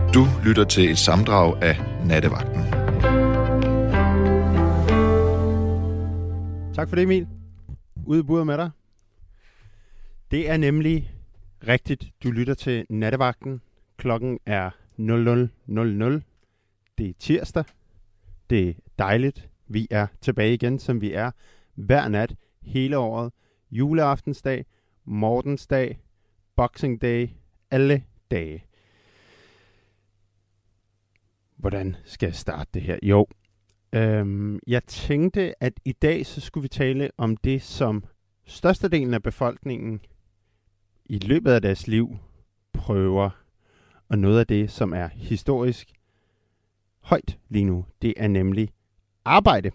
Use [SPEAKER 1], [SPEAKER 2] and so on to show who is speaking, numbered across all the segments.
[SPEAKER 1] Du lytter til et sammendrag af Nattevagten.
[SPEAKER 2] Tak for det, Emil. Ude i buret med dig. Det er nemlig rigtigt. Du lytter til Nattevagten. Klokken er 00:00. Det er tirsdag. Det er dejligt. Vi er tilbage igen, som vi er hver nat hele året. Juleaftensdag, Mortensdag, Boxing Day, alle dage. Hvordan skal jeg starte det her? Jo, jeg tænkte, at i dag så skulle vi tale om det, som størstedelen af befolkningen i løbet af deres liv prøver. Og noget af det, som er historisk højt lige nu, det er nemlig arbejde.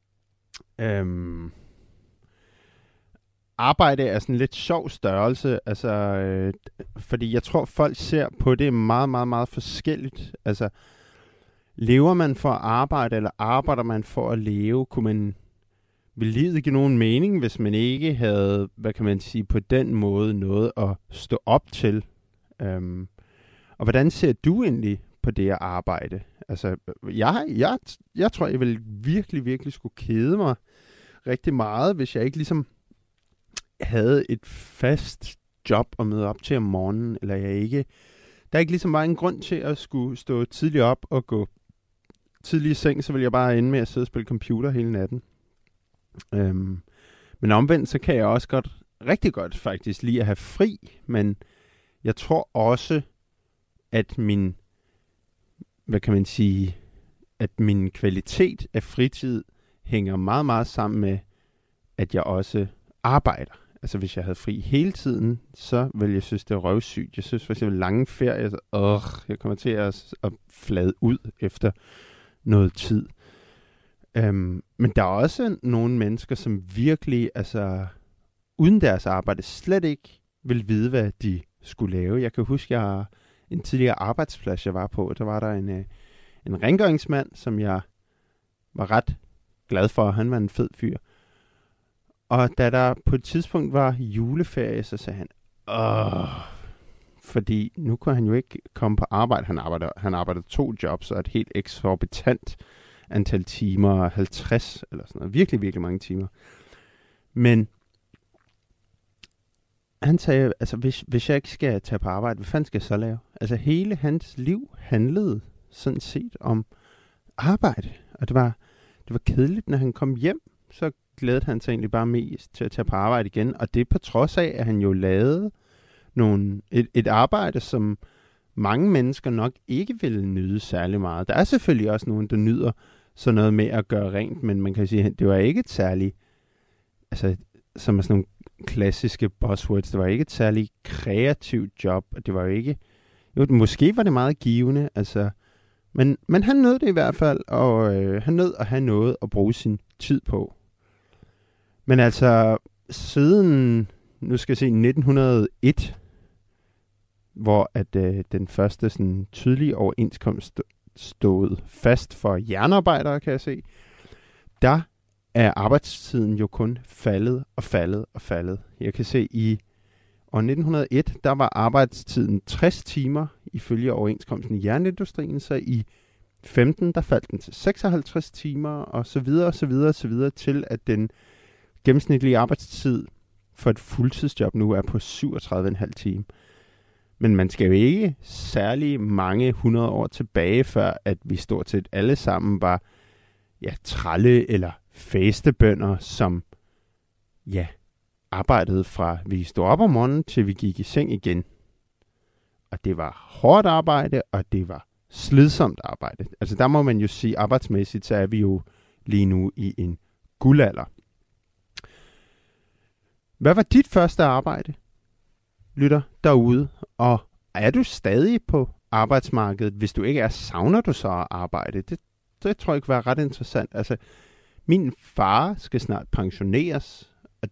[SPEAKER 2] Arbejde er sådan en lidt sjov størrelse, altså, fordi jeg tror, folk ser på det meget, meget, meget forskelligt. Altså, lever man for at arbejde, eller arbejder man for at leve? Vil livet give nogen mening, hvis man ikke havde, hvad kan man sige, på den måde noget at stå op til? Og hvordan ser du egentlig på det at arbejde? Altså, jeg tror, jeg vil virkelig, virkelig skulle kede mig rigtig meget, hvis jeg ikke ligesom havde et fast job at møde op til om morgenen, eller der ikke ligesom var en grund til at skulle stå tidligt op og gå tidlig i seng, så vil jeg bare ende med at sidde og spille computer hele natten. Men omvendt, så kan jeg også rigtig godt faktisk lide at have fri, men jeg tror også, at min kvalitet af fritid hænger meget, meget sammen med, at jeg også arbejder. Altså hvis jeg havde fri hele tiden, så ville jeg synes, det er røvsygt. Jeg synes for eksempel lange ferier, jeg kommer til at flade ud efter noget tid. Men der er også nogle mennesker, som virkelig, altså uden deres arbejde, slet ikke vil vide, hvad de skulle lave. Jeg kan huske, en tidligere arbejdsplads, jeg var på, der var der en rengøringsmand, som jeg var ret glad for. Han var en fed fyr. Og da der på et tidspunkt var juleferie, så sagde han, fordi nu kunne han jo ikke komme på arbejde. Han arbejdede 2 jobs og et helt eksorbitant antal timer, 50 eller sådan noget. Virkelig, virkelig mange timer. Men han sagde, altså hvis jeg ikke skal tage på arbejde, hvad fanden skal jeg så lave? Altså hele hans liv handlede sådan set om arbejde. Og det var kedeligt, når han kom hjem, så glædede han sig egentlig bare mest til at tage på arbejde igen. Og det på trods af, at han jo lavede et arbejde, som mange mennesker nok ikke vil nyde særlig meget. Der er selvfølgelig også nogen, der nyder sådan noget med at gøre rent, men man kan sige, at det var ikke et særligt, altså som er sådan nogle klassiske buzzwords, det var ikke et særligt kreativt job, og det var jo ikke, måske var det meget givende, altså, men han nød det i hvert fald, og han nød at have noget at bruge sin tid på. Men altså, siden, nu skal jeg se, 1901, hvor at den første sådan tydelige overenskomst stod fast for jernarbejdere, kan jeg se, der er arbejdstiden jo kun faldet og faldet og faldet. Jeg kan se, i år 1901, der var arbejdstiden 60 timer ifølge overenskomsten i jernindustrien, så i 15, der faldt den til 56 timer, og så videre, og så videre, og så videre, til at den gennemsnitlige arbejdstid for et fuldtidsjob nu er på 37,5 timer. Men man skal jo ikke særlig mange 100 år tilbage, før at vi stort set alle sammen var tralle eller fæstebønder, som arbejdede fra vi stod op om morgenen, til vi gik i seng igen. Og det var hårdt arbejde, og det var slidsomt arbejde. Altså der må man jo sige, arbejdsmæssigt, så er vi jo lige nu i en guldalder. Hvad var dit første arbejde, lytter, derude? Og er du stadig på arbejdsmarkedet? Hvis du ikke er, savner du så at arbejde? Det tror jeg kan være ret interessant. Altså, min far skal snart pensioneres. Og,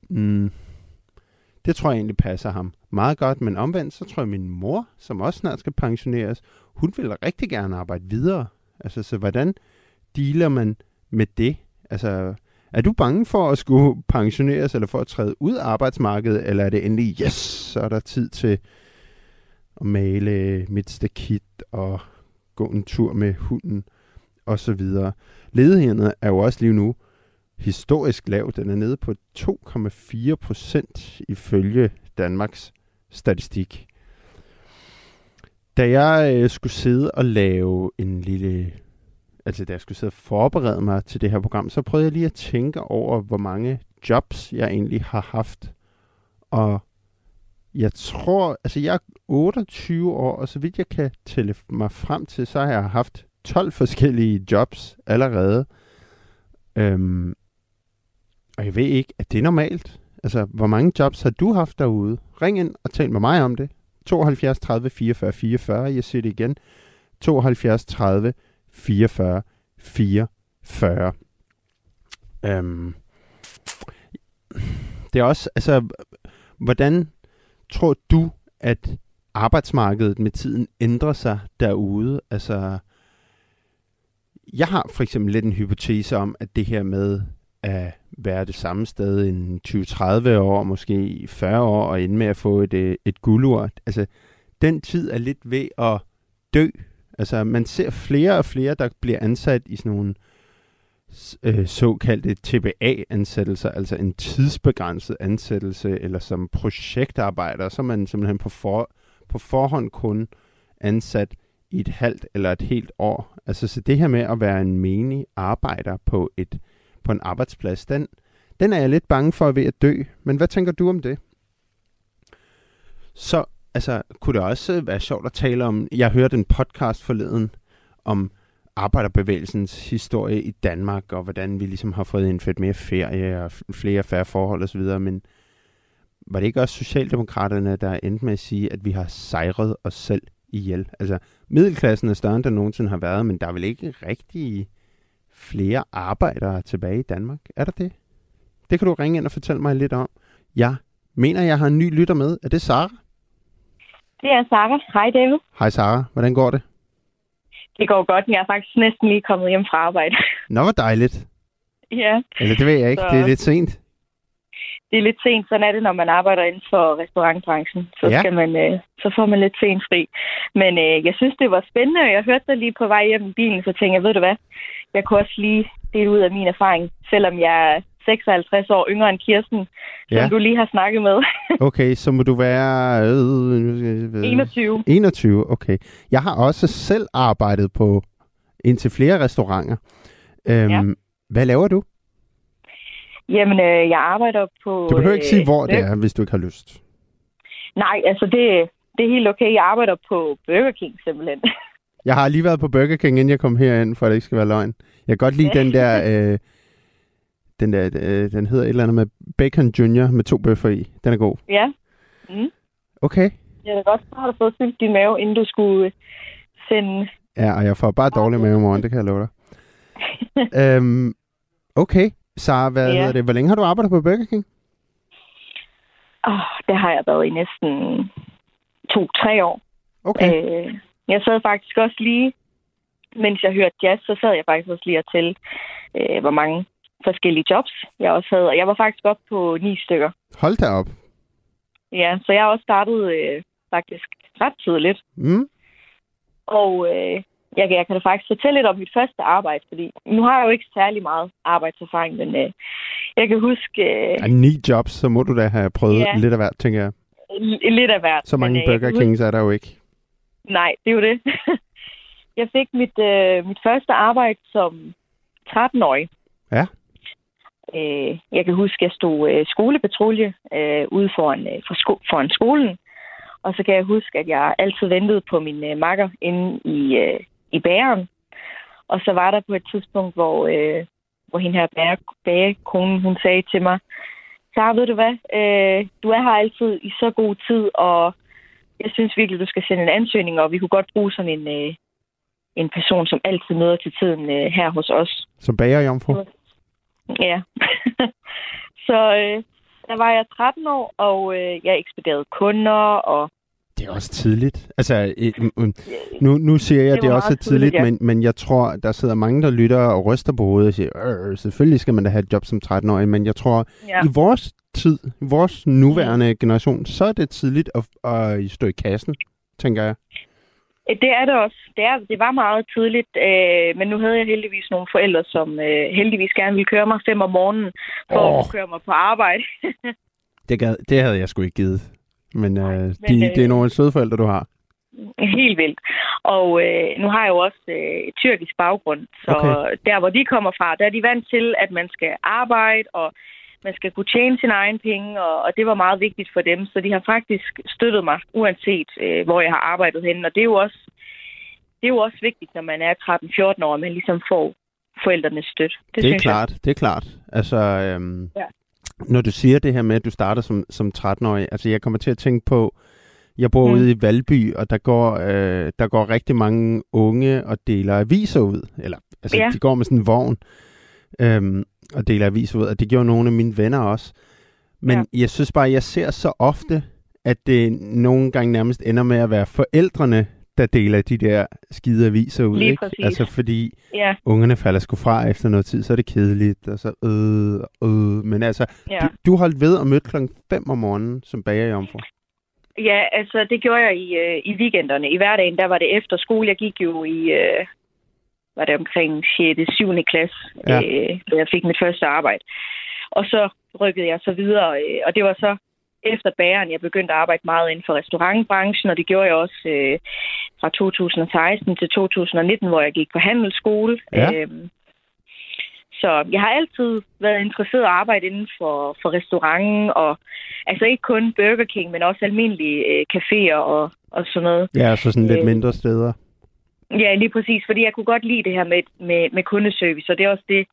[SPEAKER 2] det tror jeg egentlig passer ham meget godt. Men omvendt, så tror jeg, min mor, som også snart skal pensioneres, hun vil rigtig gerne arbejde videre. Altså, så hvordan dealer man med det? Altså, er du bange for at skulle pensioneres, eller for at træde ud af arbejdsmarkedet, eller er det endelig, yes, så er der tid til og male mit stakit og gå en tur med hunden og så videre. Ledigheden er jo også lige nu historisk lav. Den er nede på 2,4% ifølge Danmarks Statistik. Da jeg skulle sidde og lave da jeg skulle sidde og forberede mig til det her program, så prøvede jeg lige at tænke over, hvor mange jobs jeg egentlig har haft. Og jeg tror, jeg er 28 år, og så vidt jeg kan tælle mig frem til, så har jeg haft 12 forskellige jobs allerede. Og jeg ved ikke, at det er normalt. Altså, hvor mange jobs har du haft derude? Ring ind og tal med mig om det. 72 30 44 44. Jeg siger det igen. 72 30 44 44. Det er også, hvordan tror du, at arbejdsmarkedet med tiden ændrer sig derude? Altså, jeg har for eksempel lidt en hypotese om, at det her med at være det samme sted i 20-30 år, måske 40 år, og ende med at få et guldur. Altså, den tid er lidt ved at dø. Altså, man ser flere og flere, der bliver ansat i sådan nogle såkaldte TBA-ansættelser, altså en tidsbegrænset ansættelse, eller som projektarbejder, så er man simpelthen på forhånd kun ansat i et halvt eller et helt år. Altså, så det her med at være en menig arbejder på en arbejdsplads, den er jeg lidt bange for ved at dø. Men hvad tænker du om det? Så, kunne det også være sjovt at tale om, jeg hørte en podcast forleden om arbejderbevægelsens historie i Danmark, og hvordan vi ligesom har fået indført mere ferie og flere færre forhold osv., men var det ikke også Socialdemokraterne, der endte med at sige, at vi har sejret os selv ihjel? Altså, middelklassen er større, end der nogensinde har været, men der er vel ikke rigtig flere arbejdere tilbage i Danmark? Er der det? Det kan du ringe ind og fortælle mig lidt om. Jeg mener, jeg har en ny lytter med. Er det Sara?
[SPEAKER 3] Det er Sara. Hej David.
[SPEAKER 2] Hej Sara. Hvordan går det?
[SPEAKER 3] Det går godt. Jeg er faktisk næsten lige kommet hjem fra arbejde.
[SPEAKER 2] Nå, hvor dejligt.
[SPEAKER 3] Ja.
[SPEAKER 2] Eller det ved jeg ikke. Så det er lidt sent.
[SPEAKER 3] Det er lidt sent. Sådan er det, når man arbejder inden for restaurantbranchen. Så, så får man lidt sent fri. Men jeg synes, det var spændende. Jeg hørte dig lige på vej hjem i bilen, så tænkte jeg, ved du hvad? Jeg kunne også lige dele ud af min erfaring, selvom jeg er 56 år yngre end Kirsten, som du lige har snakket med. Okay,
[SPEAKER 2] så må du være
[SPEAKER 3] 21.
[SPEAKER 2] 21, okay. Jeg har også selv arbejdet på indtil flere restauranter. Hvad laver du?
[SPEAKER 3] Jamen, jeg arbejder på...
[SPEAKER 2] Du behøver ikke sige, hvor det er, hvis du ikke har lyst.
[SPEAKER 3] Nej, det er helt okay. Jeg arbejder på Burger King, simpelthen.
[SPEAKER 2] Jeg har lige været på Burger King, inden jeg kom herind, for at det ikke skal være løgn. Jeg kan godt lide den der... den hedder et eller andet med Bacon Junior med 2 bøffer i. Den er god.
[SPEAKER 3] Ja. Mm.
[SPEAKER 2] Okay.
[SPEAKER 3] Jeg har godt har du fået fyldt din mave, inden du skulle sende...
[SPEAKER 2] Ja, og jeg får bare dårlig mave i morgen, det kan jeg love dig. Okay. Sara, hvad hedder det? Hvor længe har du arbejdet på Burger King?
[SPEAKER 3] Det har jeg været i næsten 2-3 år.
[SPEAKER 2] Okay.
[SPEAKER 3] Jeg sad faktisk også lige, mens jeg hørte jazz, så sad jeg faktisk også lige og tælle, hvor mange forskellige jobs jeg også havde. Og jeg var faktisk op på 9 stykker.
[SPEAKER 2] Hold da op.
[SPEAKER 3] Ja, så jeg har også startet faktisk ret tidligt.
[SPEAKER 2] Mm.
[SPEAKER 3] Og jeg kan da faktisk fortælle lidt om mit første arbejde, fordi nu har jeg jo ikke særlig meget arbejdserfaring, men jeg kan huske...
[SPEAKER 2] 9 jobs, så må du da have prøvet lidt af hvert, tænker jeg.
[SPEAKER 3] Lidt af hvert.
[SPEAKER 2] Så mange Burger Kings er der jo ikke.
[SPEAKER 3] Nej, det er jo det. Jeg fik mit første arbejde som 13-årig.
[SPEAKER 2] Ja.
[SPEAKER 3] Jeg kan huske, at jeg stod skolepatrulje ude foran skolen. Og så kan jeg huske, at jeg altid ventede på min makker inde i bageren. Og så var der på et tidspunkt, hvor hende her bagekonen, hun sagde til mig, så ved du hvad, du er her altid i så god tid, og jeg synes virkelig, du skal sende en ansøgning, og vi kunne godt bruge sådan en person, som altid møder til tiden her hos os.
[SPEAKER 2] Som bagerjomfru?
[SPEAKER 3] Ja. Så der var jeg 13 år, og jeg ekspederede kunder, og...
[SPEAKER 2] Det er også tidligt. Altså, nu siger jeg, at det også er tidligt, ja. men jeg tror, der sidder mange, der lytter og ryster på hovedet og siger, selvfølgelig skal man da have et job som 13-årig, men jeg tror, i vores tid, i vores nuværende generation, så er det tidligt at stå i kassen. tænker jeg.
[SPEAKER 3] Det er det også. Det var meget tidligt, men nu havde jeg heldigvis nogle forældre, som heldigvis gerne ville køre mig 5 om morgenen, for at køre mig på arbejde.
[SPEAKER 2] Det havde jeg sgu ikke givet. Men det er nogle søde forældre, du har.
[SPEAKER 3] Helt vildt. Og nu har jeg jo også tyrkisk baggrund, så der, hvor de kommer fra, der er de vant til, at man skal arbejde, og man skal kunne tjene sine egne penge, og det var meget vigtigt for dem. Så de har faktisk støttet mig, uanset hvor jeg har arbejdet henne. Og det er jo også vigtigt, når man er 13-14 år, at man ligesom får forældrenes støtte.
[SPEAKER 2] Det er klart. Altså, når du siger det her med, at du starter som 13-årig, altså jeg kommer til at tænke på, jeg bor ude i Valby, og der går rigtig mange unge og deler aviser ud. Eller, altså, de går med sådan en vogn og deler aviser ud, og det gjorde nogle af mine venner også. Men jeg synes bare, jeg ser så ofte, at det nogle gange nærmest ender med at være forældrene, der deler de der skide aviser ud.
[SPEAKER 3] Lige
[SPEAKER 2] ikke?
[SPEAKER 3] Præcis.
[SPEAKER 2] Altså fordi ungerne falder sgu fra efter noget tid, så er det kedeligt, og så Men altså, du holdt ved og mødte klokken 5 om morgenen som bagerjomfru.
[SPEAKER 3] Ja, altså det gjorde jeg i weekenderne. I hverdagen, der var det efter skole. Jeg gik jo var det omkring 6. 7. klasse, da jeg fik mit første arbejde. Og så rykkede jeg så videre, og det var så efter bageren, jeg begyndte at arbejde meget inden for restaurantbranchen, og det gjorde jeg også fra 2016 til 2019, hvor jeg gik på handelsskole. Ja. Så jeg har altid været interesseret at arbejde inden for restauranten, og altså ikke kun Burger King, men også almindelige caféer og sådan noget.
[SPEAKER 2] Ja, så sådan lidt mindre steder.
[SPEAKER 3] Ja, lige præcis, fordi jeg kunne godt lide det her med kundeservice, og det er også det,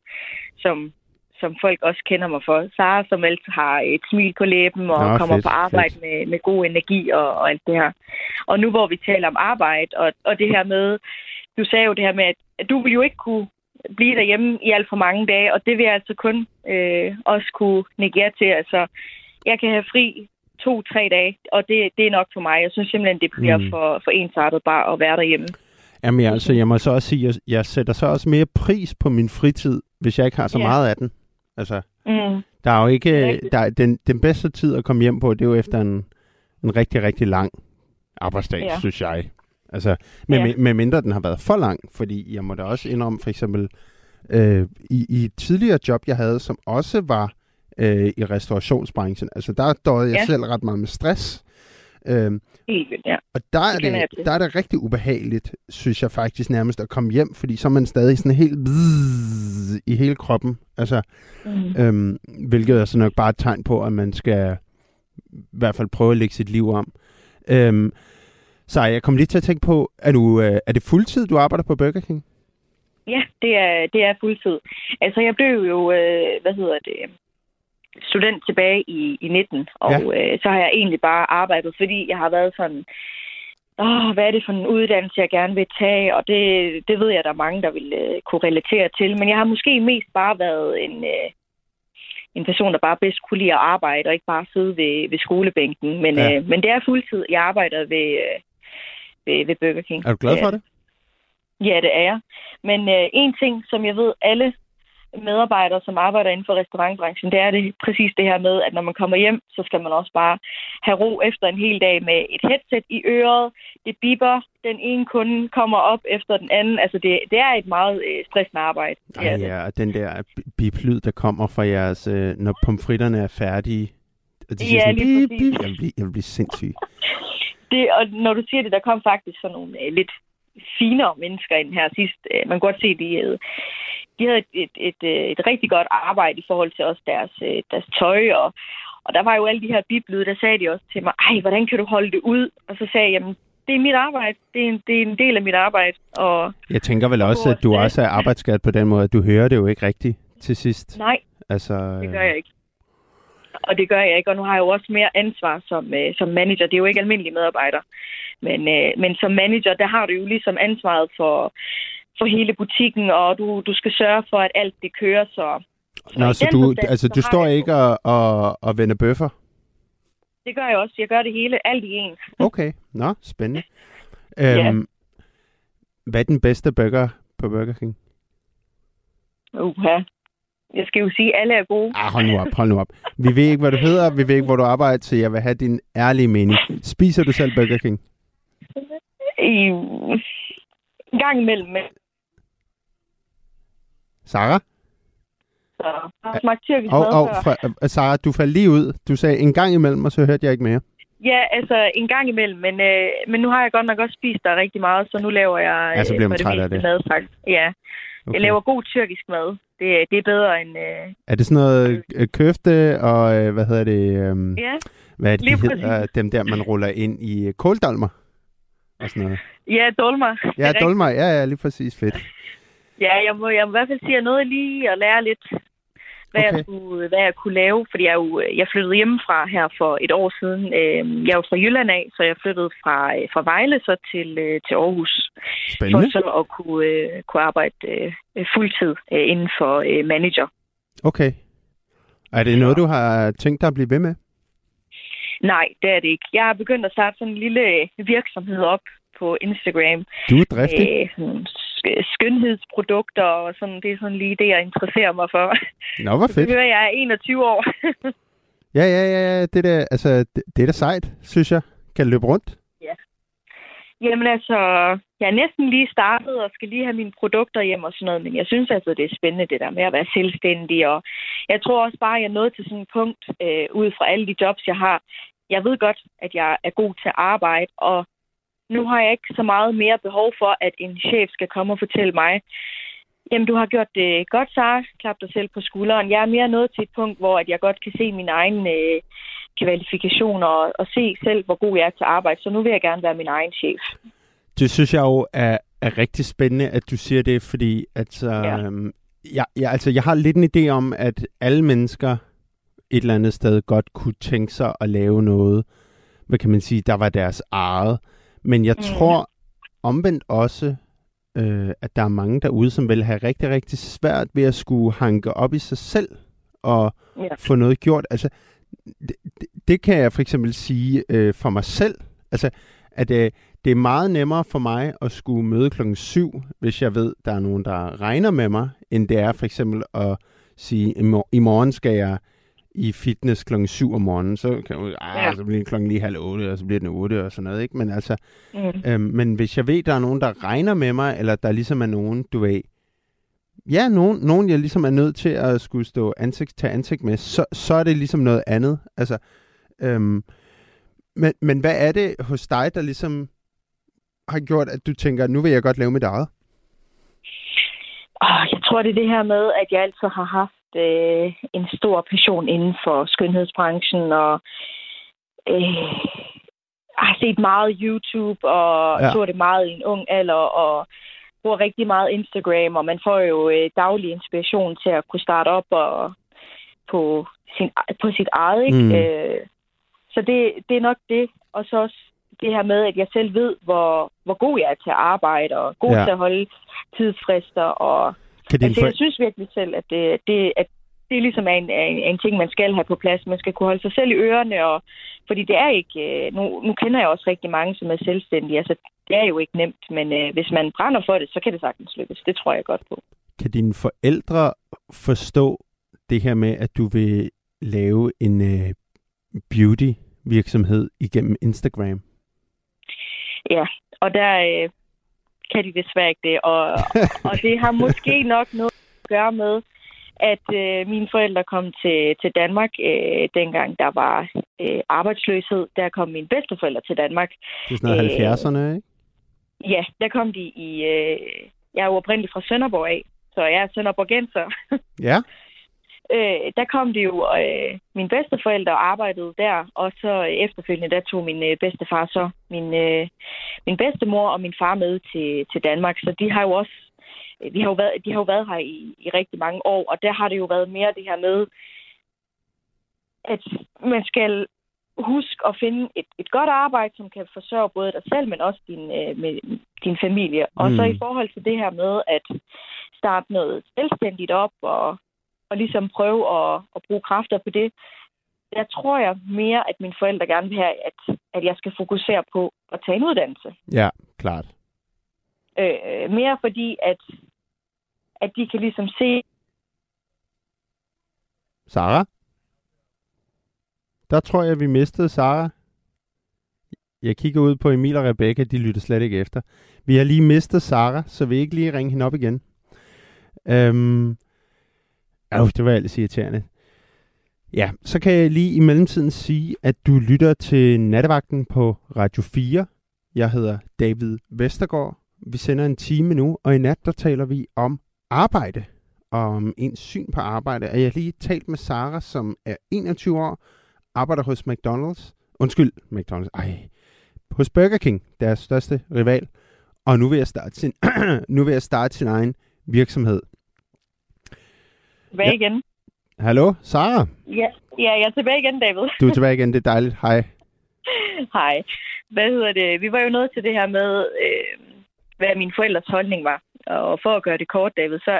[SPEAKER 3] som folk også kender mig for. Sara, som altid har et smil på læben og kommer på arbejde med god energi og alt det her. Og nu hvor vi taler om arbejde, og det her med, du sagde jo det her med, at du vil jo ikke kunne blive derhjemme i alt for mange dage, og det vil jeg altså kun også kunne negere til. Altså, jeg kan have fri 2-3 dage, og det er nok for mig. Jeg synes simpelthen, det bliver for ensartet bare at være derhjemme.
[SPEAKER 2] Jamen, jeg må så også sige, at jeg sætter så også mere pris på min fritid, hvis jeg ikke har så meget af den. Altså, der er jo ikke... Den bedste tid at komme hjem på, det er jo efter en rigtig, rigtig lang arbejdsdag, synes jeg. Altså, med mindre den har været for lang, fordi jeg må da også indrømme, for eksempel, i et tidligere job, jeg havde, som også var i restaurationsbranchen, altså der døjede jeg selv ret meget med stress.
[SPEAKER 3] Helt vildt, ja.
[SPEAKER 2] Og der er det rigtig ubehageligt, synes jeg faktisk nærmest, at komme hjem, fordi så er man stadig sådan helt i hele kroppen. Altså, hvilket er så nok bare et tegn på, at man skal i hvert fald prøve at lægge sit liv om. Så jeg kom lige til at tænke på, er det fuldtid, du arbejder på Burger King?
[SPEAKER 3] Ja, det er fuldtid. Altså, jeg blev jo, student tilbage i 19, og så har jeg egentlig bare arbejdet, fordi jeg har været sådan, hvad er det for en uddannelse, jeg gerne vil tage, og det ved jeg, der er mange, der vil kunne relatere til, men jeg har måske mest bare været en person, der bare bedst kunne lide at arbejde, og ikke bare sidde ved skolebænken, men det er fuldtid. Jeg arbejder ved Burger King.
[SPEAKER 2] Er du glad for det?
[SPEAKER 3] Ja, det er jeg. Men en ting, som jeg ved, alle medarbejdere, som arbejder inden for restaurantbranchen, det er det præcis det her med, at når man kommer hjem, så skal man også bare have ro efter en hel dag med et headset i øret. Det bipper, den ene kunde kommer op efter den anden. Altså, det er et meget stressende arbejde.
[SPEAKER 2] Ja, og den der biplyd, der kommer fra jeres, når pomfritterne er færdige. Og de siger sådan, bip. Jeg vil blive sindssyg.
[SPEAKER 3] Og når du siger det, der kom faktisk sådan nogle lidt finere mennesker ind her sidst. Man kan godt se, de havde et rigtig godt arbejde i forhold til også deres tøj, og der var jo alle de her biblyde, der sagde de også til mig, hvordan kan du holde det ud? Og så sagde jeg, jamen, det er mit arbejde. Det er en del af mit arbejde. Og
[SPEAKER 2] jeg tænker vel også, at du også er arbejdsskadet på den måde, at du hører det jo ikke rigtigt til sidst.
[SPEAKER 3] Nej, det gør jeg ikke. Og det gør jeg ikke, og nu har jeg jo også mere ansvar som manager. Det er jo ikke almindelige medarbejdere. Men som manager, der har du jo ligesom ansvaret for hele butikken, og du skal sørge for, at alt det kører, så
[SPEAKER 2] du står ikke og vender bøffer?
[SPEAKER 3] Det gør jeg også. Jeg gør det hele, alt i en.
[SPEAKER 2] Okay, spændende. Hvad er den bedste burger på Burger King?
[SPEAKER 3] Jeg skal jo sige, at alle er gode.
[SPEAKER 2] Hold nu op. Vi ved ikke, hvad du hedder, vi ved ikke, hvor du arbejder, så jeg vil have din ærlige mening. Spiser du selv Burger King?
[SPEAKER 3] En gang imellem.
[SPEAKER 2] Sarah?
[SPEAKER 3] Så jeg har smagt tyrkisk mad før.
[SPEAKER 2] Sarah, du faldt lige ud. Du sagde en gang imellem, og så hørte jeg ikke mere.
[SPEAKER 3] Ja, altså en gang imellem, men nu har jeg godt nok også spist der rigtig meget, så nu laver jeg
[SPEAKER 2] ja, så bliver man træt af det.
[SPEAKER 3] Mad, faktisk. Ja, okay. Jeg laver god tyrkisk mad. Det er bedre end...
[SPEAKER 2] Er det sådan noget køfte og, hvad hedder det?
[SPEAKER 3] Ja,
[SPEAKER 2] hvad er det, de hedder? Dem der, man ruller ind i kåldolmer og sådan noget.
[SPEAKER 3] Ja, dolmer.
[SPEAKER 2] Ja, dolmer. Ja, lige præcis. Fedt.
[SPEAKER 3] Ja, jeg må i hvert fald sige, at jeg nåede lige at lære lidt, hvad jeg kunne lave, fordi jeg flyttede hjemmefra her for et år siden. Jeg er jo fra Jylland af, så jeg flyttede fra Vejle så til Aarhus.
[SPEAKER 2] Spændende.
[SPEAKER 3] For så at kunne arbejde fuldtid inden for manager.
[SPEAKER 2] Okay. Er det noget, du har tænkt dig at blive ved med?
[SPEAKER 3] Nej, det er det ikke. Jeg har begyndt at starte sådan en lille virksomhed op på Instagram.
[SPEAKER 2] Du er driftig.
[SPEAKER 3] Skønhedsprodukter og sådan. Det er sådan lige det, jeg interesserer mig for.
[SPEAKER 2] Nå, hvor fedt.
[SPEAKER 3] Det jeg er 21 år.
[SPEAKER 2] Ja. Det er da sejt, synes jeg. Kan løbe rundt?
[SPEAKER 3] Ja. Jamen altså, jeg er næsten lige startet og skal lige have mine produkter hjem og sådan noget, men jeg synes altså, det er spændende det der med at være selvstændig, og jeg tror også bare, at jeg er nået til sådan et punkt, ud fra alle de jobs, jeg har. Jeg ved godt, at jeg er god til at arbejde, og nu har jeg ikke så meget mere behov for, at en chef skal komme og fortælle mig, jamen, du har gjort det godt, Sarah. Klap dig selv på skulderen. Jeg er mere nået til et punkt, hvor at jeg godt kan se mine egne kvalifikationer og se selv, hvor god jeg er til arbejde. Så nu vil jeg gerne være min egen chef.
[SPEAKER 2] Det synes jeg jo er rigtig spændende, at du siger det, fordi jeg har lidt en idé om, at alle mennesker et eller andet sted godt kunne tænke sig at lave noget, hvad kan man sige, der var deres eget. Men jeg tror omvendt også, at der er mange derude, som vil have rigtig, rigtig svært ved at skulle hanke op i sig selv og få noget gjort. Altså, det kan jeg for eksempel sige for mig selv. Altså, at det er meget nemmere for mig at skulle møde 7:00, hvis jeg ved, der er nogen, der regner med mig, end det er for eksempel at sige, i morgen skal jeg i fitness 7:00 om morgenen, så kan så bliver det 7:30, og så bliver det 8 og sådan noget, ikke? Men altså, men hvis jeg ved, der er nogen, der regner med mig, eller der ligesom er nogen, du ved, nogen jeg ligesom er nødt til at skulle stå ansigt til ansigt med, så er det ligesom noget andet. Altså, men hvad er det hos dig, der ligesom har gjort, at du tænker, nu vil jeg godt lave mit eget?
[SPEAKER 3] Jeg tror, det er det her med, at jeg altid har haft en stor passion inden for skønhedsbranchen, og har set meget YouTube, og så det meget i en ung alder, og bruger rigtig meget Instagram, og man får jo daglig inspiration til at kunne starte op og på sit eget, ikke? Så det er nok det, og så også det her med, at jeg selv ved, hvor god jeg er til at arbejde, og god til at holde tidsfrister, og jeg synes virkelig selv, at det ligesom er en ting, man skal have på plads. Man skal kunne holde sig selv i ørerne, og fordi det er ikke... Nu kender jeg også rigtig mange, som er selvstændige. Altså, det er jo ikke nemt, men hvis man brænder for det, så kan det sagtens lykkes. Det tror jeg godt på.
[SPEAKER 2] Kan dine forældre forstå det her med, at du vil lave en beauty-virksomhed igennem Instagram?
[SPEAKER 3] Ja, og der kan de desværre ikke det. Og det har måske nok noget at gøre med, at mine forældre kom til Danmark, dengang der var arbejdsløshed. Der kom mine bedsteforældre til Danmark.
[SPEAKER 2] Det er sådan noget 70'erne, ikke? Ja,
[SPEAKER 3] der kom de i... jeg er jo oprindeligt fra Sønderborg af, så jeg er sønderborgenser. Ja. Der kom de jo mine bedsteforældre og arbejdede der, og så efterfølgende, der tog min bedstefar så min bedstemor og min far med til Danmark. Så de har jo også de har jo været her i rigtig mange år, og der har det jo været mere det her med, at man skal huske at finde et godt arbejde, som kan forsørge både dig selv, men også din familie. Og så i forhold til det her med at starte noget selvstændigt op og ligesom prøve at bruge kræfter på det, der tror jeg mere, at mine forældre gerne vil have, at jeg skal fokusere på at tage en uddannelse.
[SPEAKER 2] Ja, klart.
[SPEAKER 3] Mere fordi, at de kan ligesom se...
[SPEAKER 2] Sarah? Der tror jeg, vi mistede Sarah. Jeg kigger ud på Emil og Rebecca, de lytter slet ikke efter. Vi har lige mistet Sara, så vi ikke lige ringe hende op igen. Det var ellers irriterende. Ja, så kan jeg lige i mellemtiden sige, at du lytter til Nattevagten på Radio 4. Jeg hedder David Vestergaard. Vi sender en time nu, og i nat der taler vi om arbejde. Og om ens syn på arbejde. Og jeg har lige talt med Sara, som er 21 år, arbejder hos hos Burger King, deres største rival. Og nu vil jeg starte sin egen virksomhed.
[SPEAKER 3] Tilbage igen.
[SPEAKER 2] Hallo, Sara?
[SPEAKER 3] Ja, jeg er tilbage igen, David.
[SPEAKER 2] Du er tilbage igen, det er dejligt. Hej.
[SPEAKER 3] Hej. Hvad hedder det? Vi var jo nået til det her med, hvad mine forældres holdning var. Og for at gøre det kort, David, så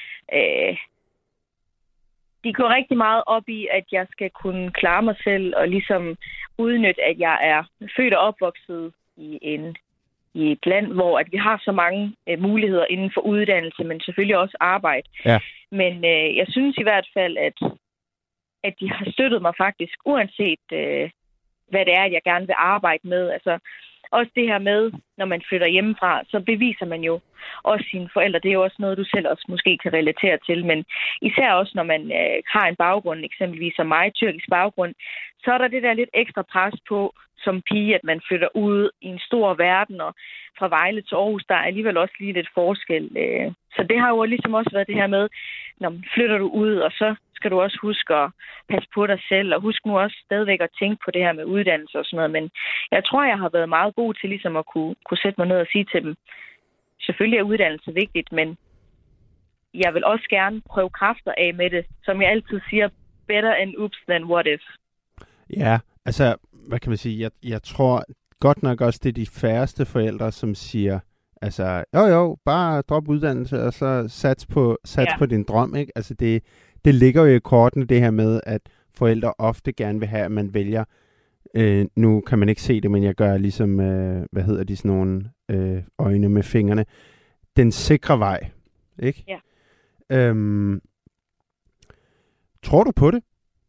[SPEAKER 3] de går rigtig meget op i, at jeg skal kunne klare mig selv og ligesom udnytte, at jeg er født og opvokset i et land, hvor at vi har så mange muligheder inden for uddannelse, men selvfølgelig også arbejde.
[SPEAKER 2] Ja.
[SPEAKER 3] Men jeg synes i hvert fald, at de har støttet mig faktisk, uanset hvad det er, jeg gerne vil arbejde med. Altså også det her med, når man flytter hjemmefra, så beviser man jo også sine forældre. Det er jo også noget, du selv også måske kan relatere til. Men især også, når man har en baggrund, eksempelvis som mig, tyrkisk baggrund, så er der det der lidt ekstra pres på som pige, at man flytter ud i en stor verden, og fra Vejle til Aarhus, der er alligevel også lige lidt forskel. Så det har jo ligesom også været det her med, når man flytter du ud, og så skal du også huske at passe på dig selv, og husk nu også stadigvæk at tænke på det her med uddannelse og sådan noget. Men jeg tror, jeg har været meget god til ligesom at kunne sætte mig ned og sige til dem, selvfølgelig er uddannelse vigtigt, men jeg vil også gerne prøve kræfter af med det. Som jeg altid siger, better and oops than what if.
[SPEAKER 2] Ja, altså, hvad kan man sige? Jeg tror godt nok også, det er de færreste forældre, som siger, altså, jo, bare drop uddannelse, og så sats på din drøm, ikke? Altså, det ligger jo i kortene, det her med, at forældre ofte gerne vil have, at man vælger, nu kan man ikke se det, men jeg gør ligesom, sådan nogle øjne med fingrene, den sikre vej, ikke?
[SPEAKER 3] Ja.
[SPEAKER 2] Tror du på det?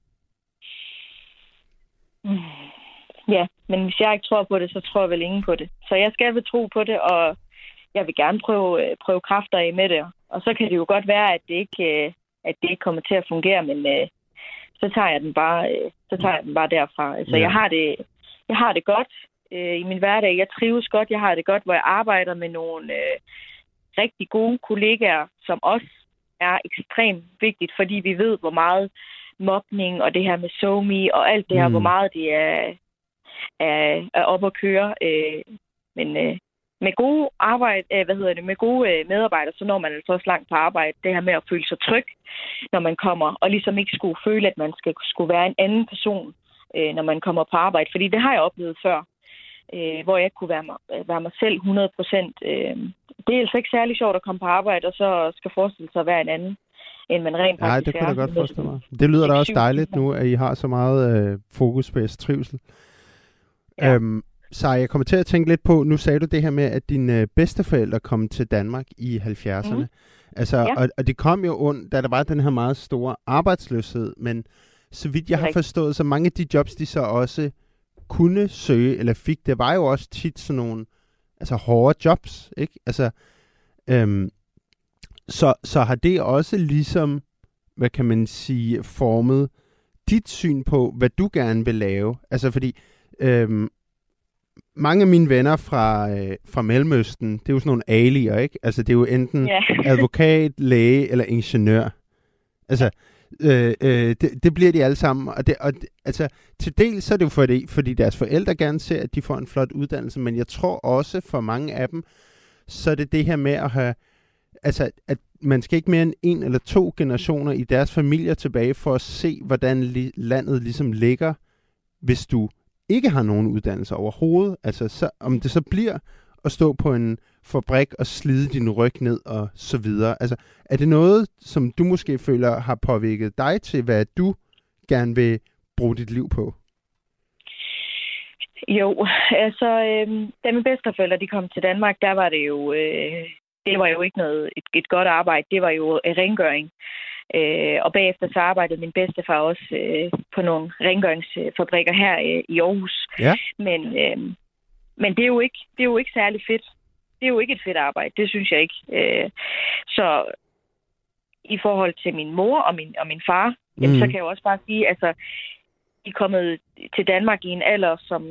[SPEAKER 3] Ja, men hvis jeg ikke tror på det, så tror jeg vel ingen på det. Så jeg skal vel tro på det, og jeg vil gerne prøve kræfter af med det. Og så kan det jo godt være, at det ikke kommer til at fungere, men så tager jeg den bare derfra. Altså, ja. Jeg har det godt i min hverdag. Jeg trives godt. Jeg har det godt, hvor jeg arbejder med nogle rigtig gode kollegaer, som også er ekstremt vigtigt, fordi vi ved, hvor meget mobning og det her med SoMe og alt det her, hvor meget det er op at køre. Men med gode med gode medarbejdere, så når man altså også langt på arbejde. Det her med at føle sig tryg, når man kommer, og ligesom ikke skulle føle, at man skulle være en anden person, når man kommer på arbejde. Fordi det har jeg oplevet før, hvor jeg ikke kunne være mig selv 100%. Det er altså ikke særlig sjovt at komme på arbejde, og så skal forestille sig at være en anden, end man rent faktisk er.
[SPEAKER 2] Nej, det kunne jeg godt forestille mig. Det lyder da også dejligt nu, at I har så meget fokus på jeres trivsel. Ja. Så jeg kommer til at tænke lidt på, nu sagde du det her med, at dine bedsteforældre kom til Danmark i 70'erne. Mm. Altså, ja. og det kom jo da der var den her meget store arbejdsløshed, men så vidt jeg har forstået, så mange af de jobs, de så også kunne søge, eller fik, det var jo også tit sådan nogle hårde jobs, ikke? Altså, så har det også ligesom, hvad kan man sige, formet dit syn på, hvad du gerne vil lave? Altså, fordi mange af mine venner fra Mellemøsten, det er jo sådan nogle alier, ikke? Altså, det er jo enten advokat, læge eller ingeniør. Altså, det bliver de alle sammen. Altså, til dels så er det jo fordi deres forældre gerne ser, at de får en flot uddannelse, men jeg tror også for mange af dem, så er det her med at have, altså, at man skal ikke mere end 1 eller 2 generationer i deres familier tilbage for at se, hvordan landet ligesom ligger, hvis du ikke har nogen uddannelse overhovedet. Altså, så, om det så bliver at stå på en fabrik og slide din ryg ned og så videre. Altså, er det noget, som du måske føler har påvirket dig til, hvad du gerne vil bruge dit liv på?
[SPEAKER 3] Jo, altså, da mine bedsteforældre de kom til Danmark, der var det jo, det var jo ikke et godt arbejde. Det var jo rengøring. Og bagefter så arbejdede min bedstefar også på nogle rengøringsfabrikker her i Aarhus.
[SPEAKER 2] Ja.
[SPEAKER 3] Men Men det er jo ikke særlig fedt. Det er jo ikke et fedt arbejde. Det synes jeg ikke. Så i forhold til min mor og min far, så kan jeg jo også bare sige, altså, de er kommet til Danmark i en alder som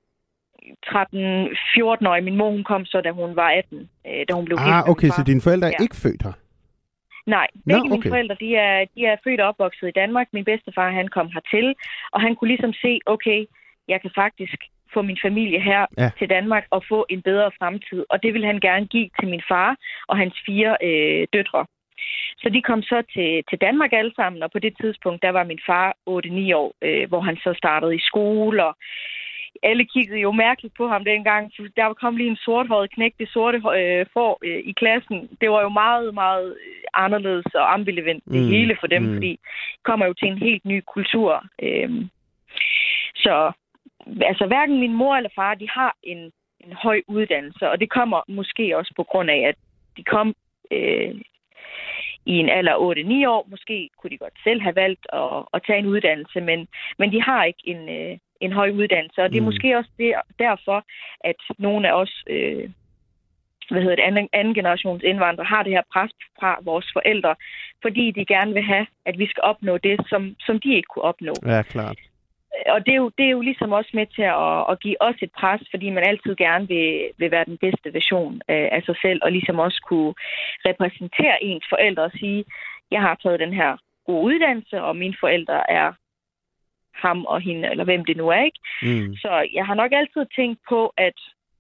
[SPEAKER 3] 13-14-årig. Min mor, hun kom så, da hun var 18, da hun blev gift.
[SPEAKER 2] Okay, så dine forældre er ikke født her?
[SPEAKER 3] Nej, begge mine forældre, de er født og opvokset i Danmark. Min bedstefar, han kom hertil, og han kunne ligesom se, okay, jeg kan faktisk få min familie her til Danmark og få en bedre fremtid. Og det vil han gerne give til min far og hans 4 døtre. Så de kom så til Danmark alle sammen, og på det tidspunkt, der var min far 8-9 år, hvor han så startede i skole, og alle kiggede jo mærkeligt på ham dengang, for der kom lige en sorthåret knægt, det sorte får i klassen. Det var jo meget, meget anderledes og ambivalent det hele for dem, fordi de kommer jo til en helt ny kultur. Så altså hverken min mor eller far, de har en høj uddannelse, og det kommer måske også på grund af, at de kom i en alder 8-9 år. Måske kunne de godt selv have valgt at tage en uddannelse, men de har ikke en høj uddannelse, og det er måske også derfor, at nogle af os anden generations indvandrere har det her pres fra vores forældre, fordi de gerne vil have, at vi skal opnå det, som de ikke kunne opnå.
[SPEAKER 2] Ja, klart.
[SPEAKER 3] Og det er jo ligesom også med til at give os et pres, fordi man altid gerne vil være den bedste version af sig selv, og ligesom også kunne repræsentere ens forældre og sige, jeg har taget den her gode uddannelse, og mine forældre er ham og hende, eller hvem det nu er, ikke? Så jeg har nok altid tænkt på, at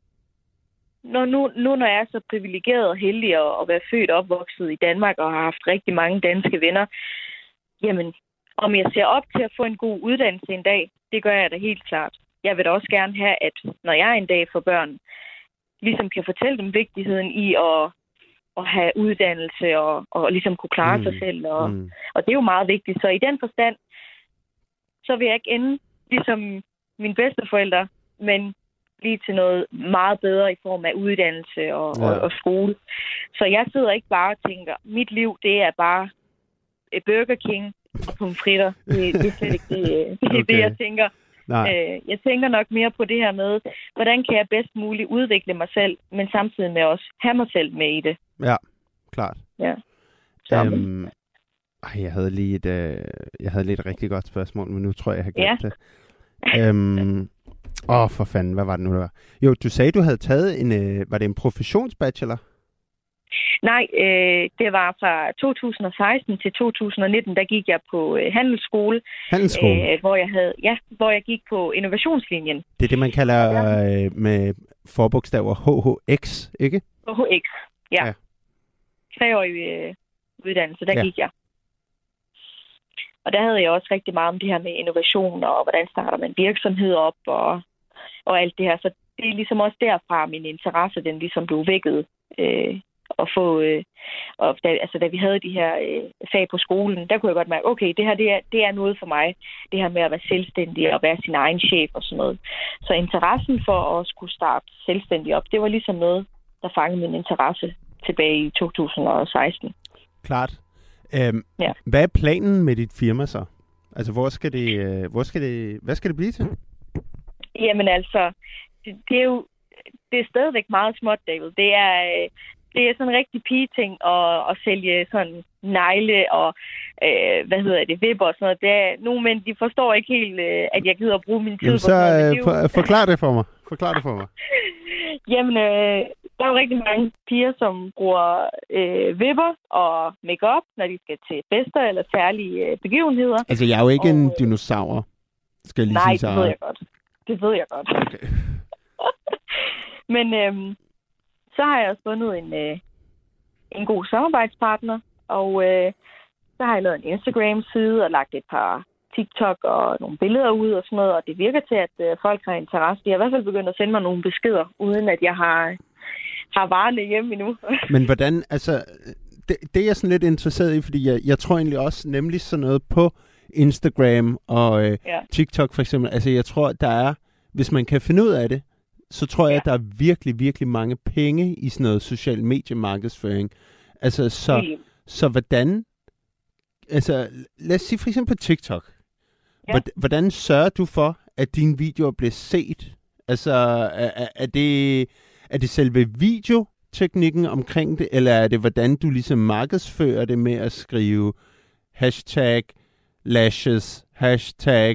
[SPEAKER 3] når jeg er så privilegeret og heldig at være født og opvokset i Danmark, og har haft rigtig mange danske venner, jamen, om jeg ser op til at få en god uddannelse en dag, det gør jeg da helt klart. Jeg vil da også gerne have, at når jeg en dag får børn, ligesom kan fortælle dem vigtigheden i at have uddannelse og ligesom kunne klare sig selv. Og det er jo meget vigtigt. Så i den forstand, så vil jeg ikke ende ligesom mine bedsteforældre, men blive til noget meget bedre i form af uddannelse og skole. Så jeg sidder ikke bare og tænker, mit liv, det er bare Burger King og pomfritter. Det er slet ikke det jeg tænker. Jeg tænker nok mere på det her med, hvordan kan jeg bedst muligt udvikle mig selv, men samtidig med også have mig selv med i det.
[SPEAKER 2] Ja, klart.
[SPEAKER 3] Ja.
[SPEAKER 2] Jeg havde lige et rigtig godt spørgsmål, men nu tror jeg har glemt det. For fanden, hvad var det nu, der var? Jo, du sagde, du havde taget var det en professionsbachelor?
[SPEAKER 3] Nej, det var fra 2016 til 2019, der gik jeg på handelsskole.
[SPEAKER 2] Handelsskole?
[SPEAKER 3] Hvor jeg gik på innovationslinjen.
[SPEAKER 2] Det er det, man kalder med forbogstaver HHX, ikke?
[SPEAKER 3] HHX, ja. 3-årig uddannelse, der gik jeg. Og der havde jeg også rigtig meget om det her med innovation, og hvordan starter man virksomhed op, og alt det her. Så det er ligesom også derfra, min interesse, den ligesom blev vækket. Da vi havde de her fag på skolen, der kunne jeg godt mærke, okay, det her det er noget for mig. Det her med at være selvstændig og være sin egen chef og sådan noget. Så interessen for at skulle starte selvstændig op, det var ligesom noget, der fangede min interesse tilbage i 2016.
[SPEAKER 2] Klart. Hvad er planen med dit firma så? Altså, hvad skal det blive til?
[SPEAKER 3] Jamen altså, det er stadigvæk meget småt, David. Det er sådan en rigtig pigeting at sælge sådan negle og vipper og sådan noget. Det er nogle mænd, de forstår ikke helt, at jeg gider at bruge min tid på sådan noget.
[SPEAKER 2] Forklar det for mig.
[SPEAKER 3] Jamen, der er jo rigtig mange piger, som bruger vipper og make-up, når de skal til fester eller særlige begivenheder.
[SPEAKER 2] Altså, jeg er jo ikke en dinosaur, skal jeg lige sige.
[SPEAKER 3] Nej, det ved jeg godt. Okay. Men så har jeg også fundet en god samarbejdspartner, og så har jeg lavet en Instagram-side og lagt et par TikTok og nogle billeder ud og sådan noget, og det virker til, at folk har interesse. De har i hvert fald begyndt at sende mig nogle beskeder, uden at jeg har varerne hjemme endnu. Men
[SPEAKER 2] hvordan, altså, det er jeg sådan lidt interesseret i, fordi jeg tror egentlig også nemlig sådan noget på Instagram og TikTok for eksempel. Altså, jeg tror, der er, hvis man kan finde ud af det, så tror jeg, at der er virkelig, virkelig mange penge i sådan noget social mediemarkedsføring. Altså, så hvordan... Altså, lad os sige for eksempel på TikTok. Ja. Hvordan sørger du for, at dine videoer bliver set Altså, er det selve videoteknikken omkring det, eller er det, hvordan du ligesom markedsfører det med at skrive hashtag lashes, hashtag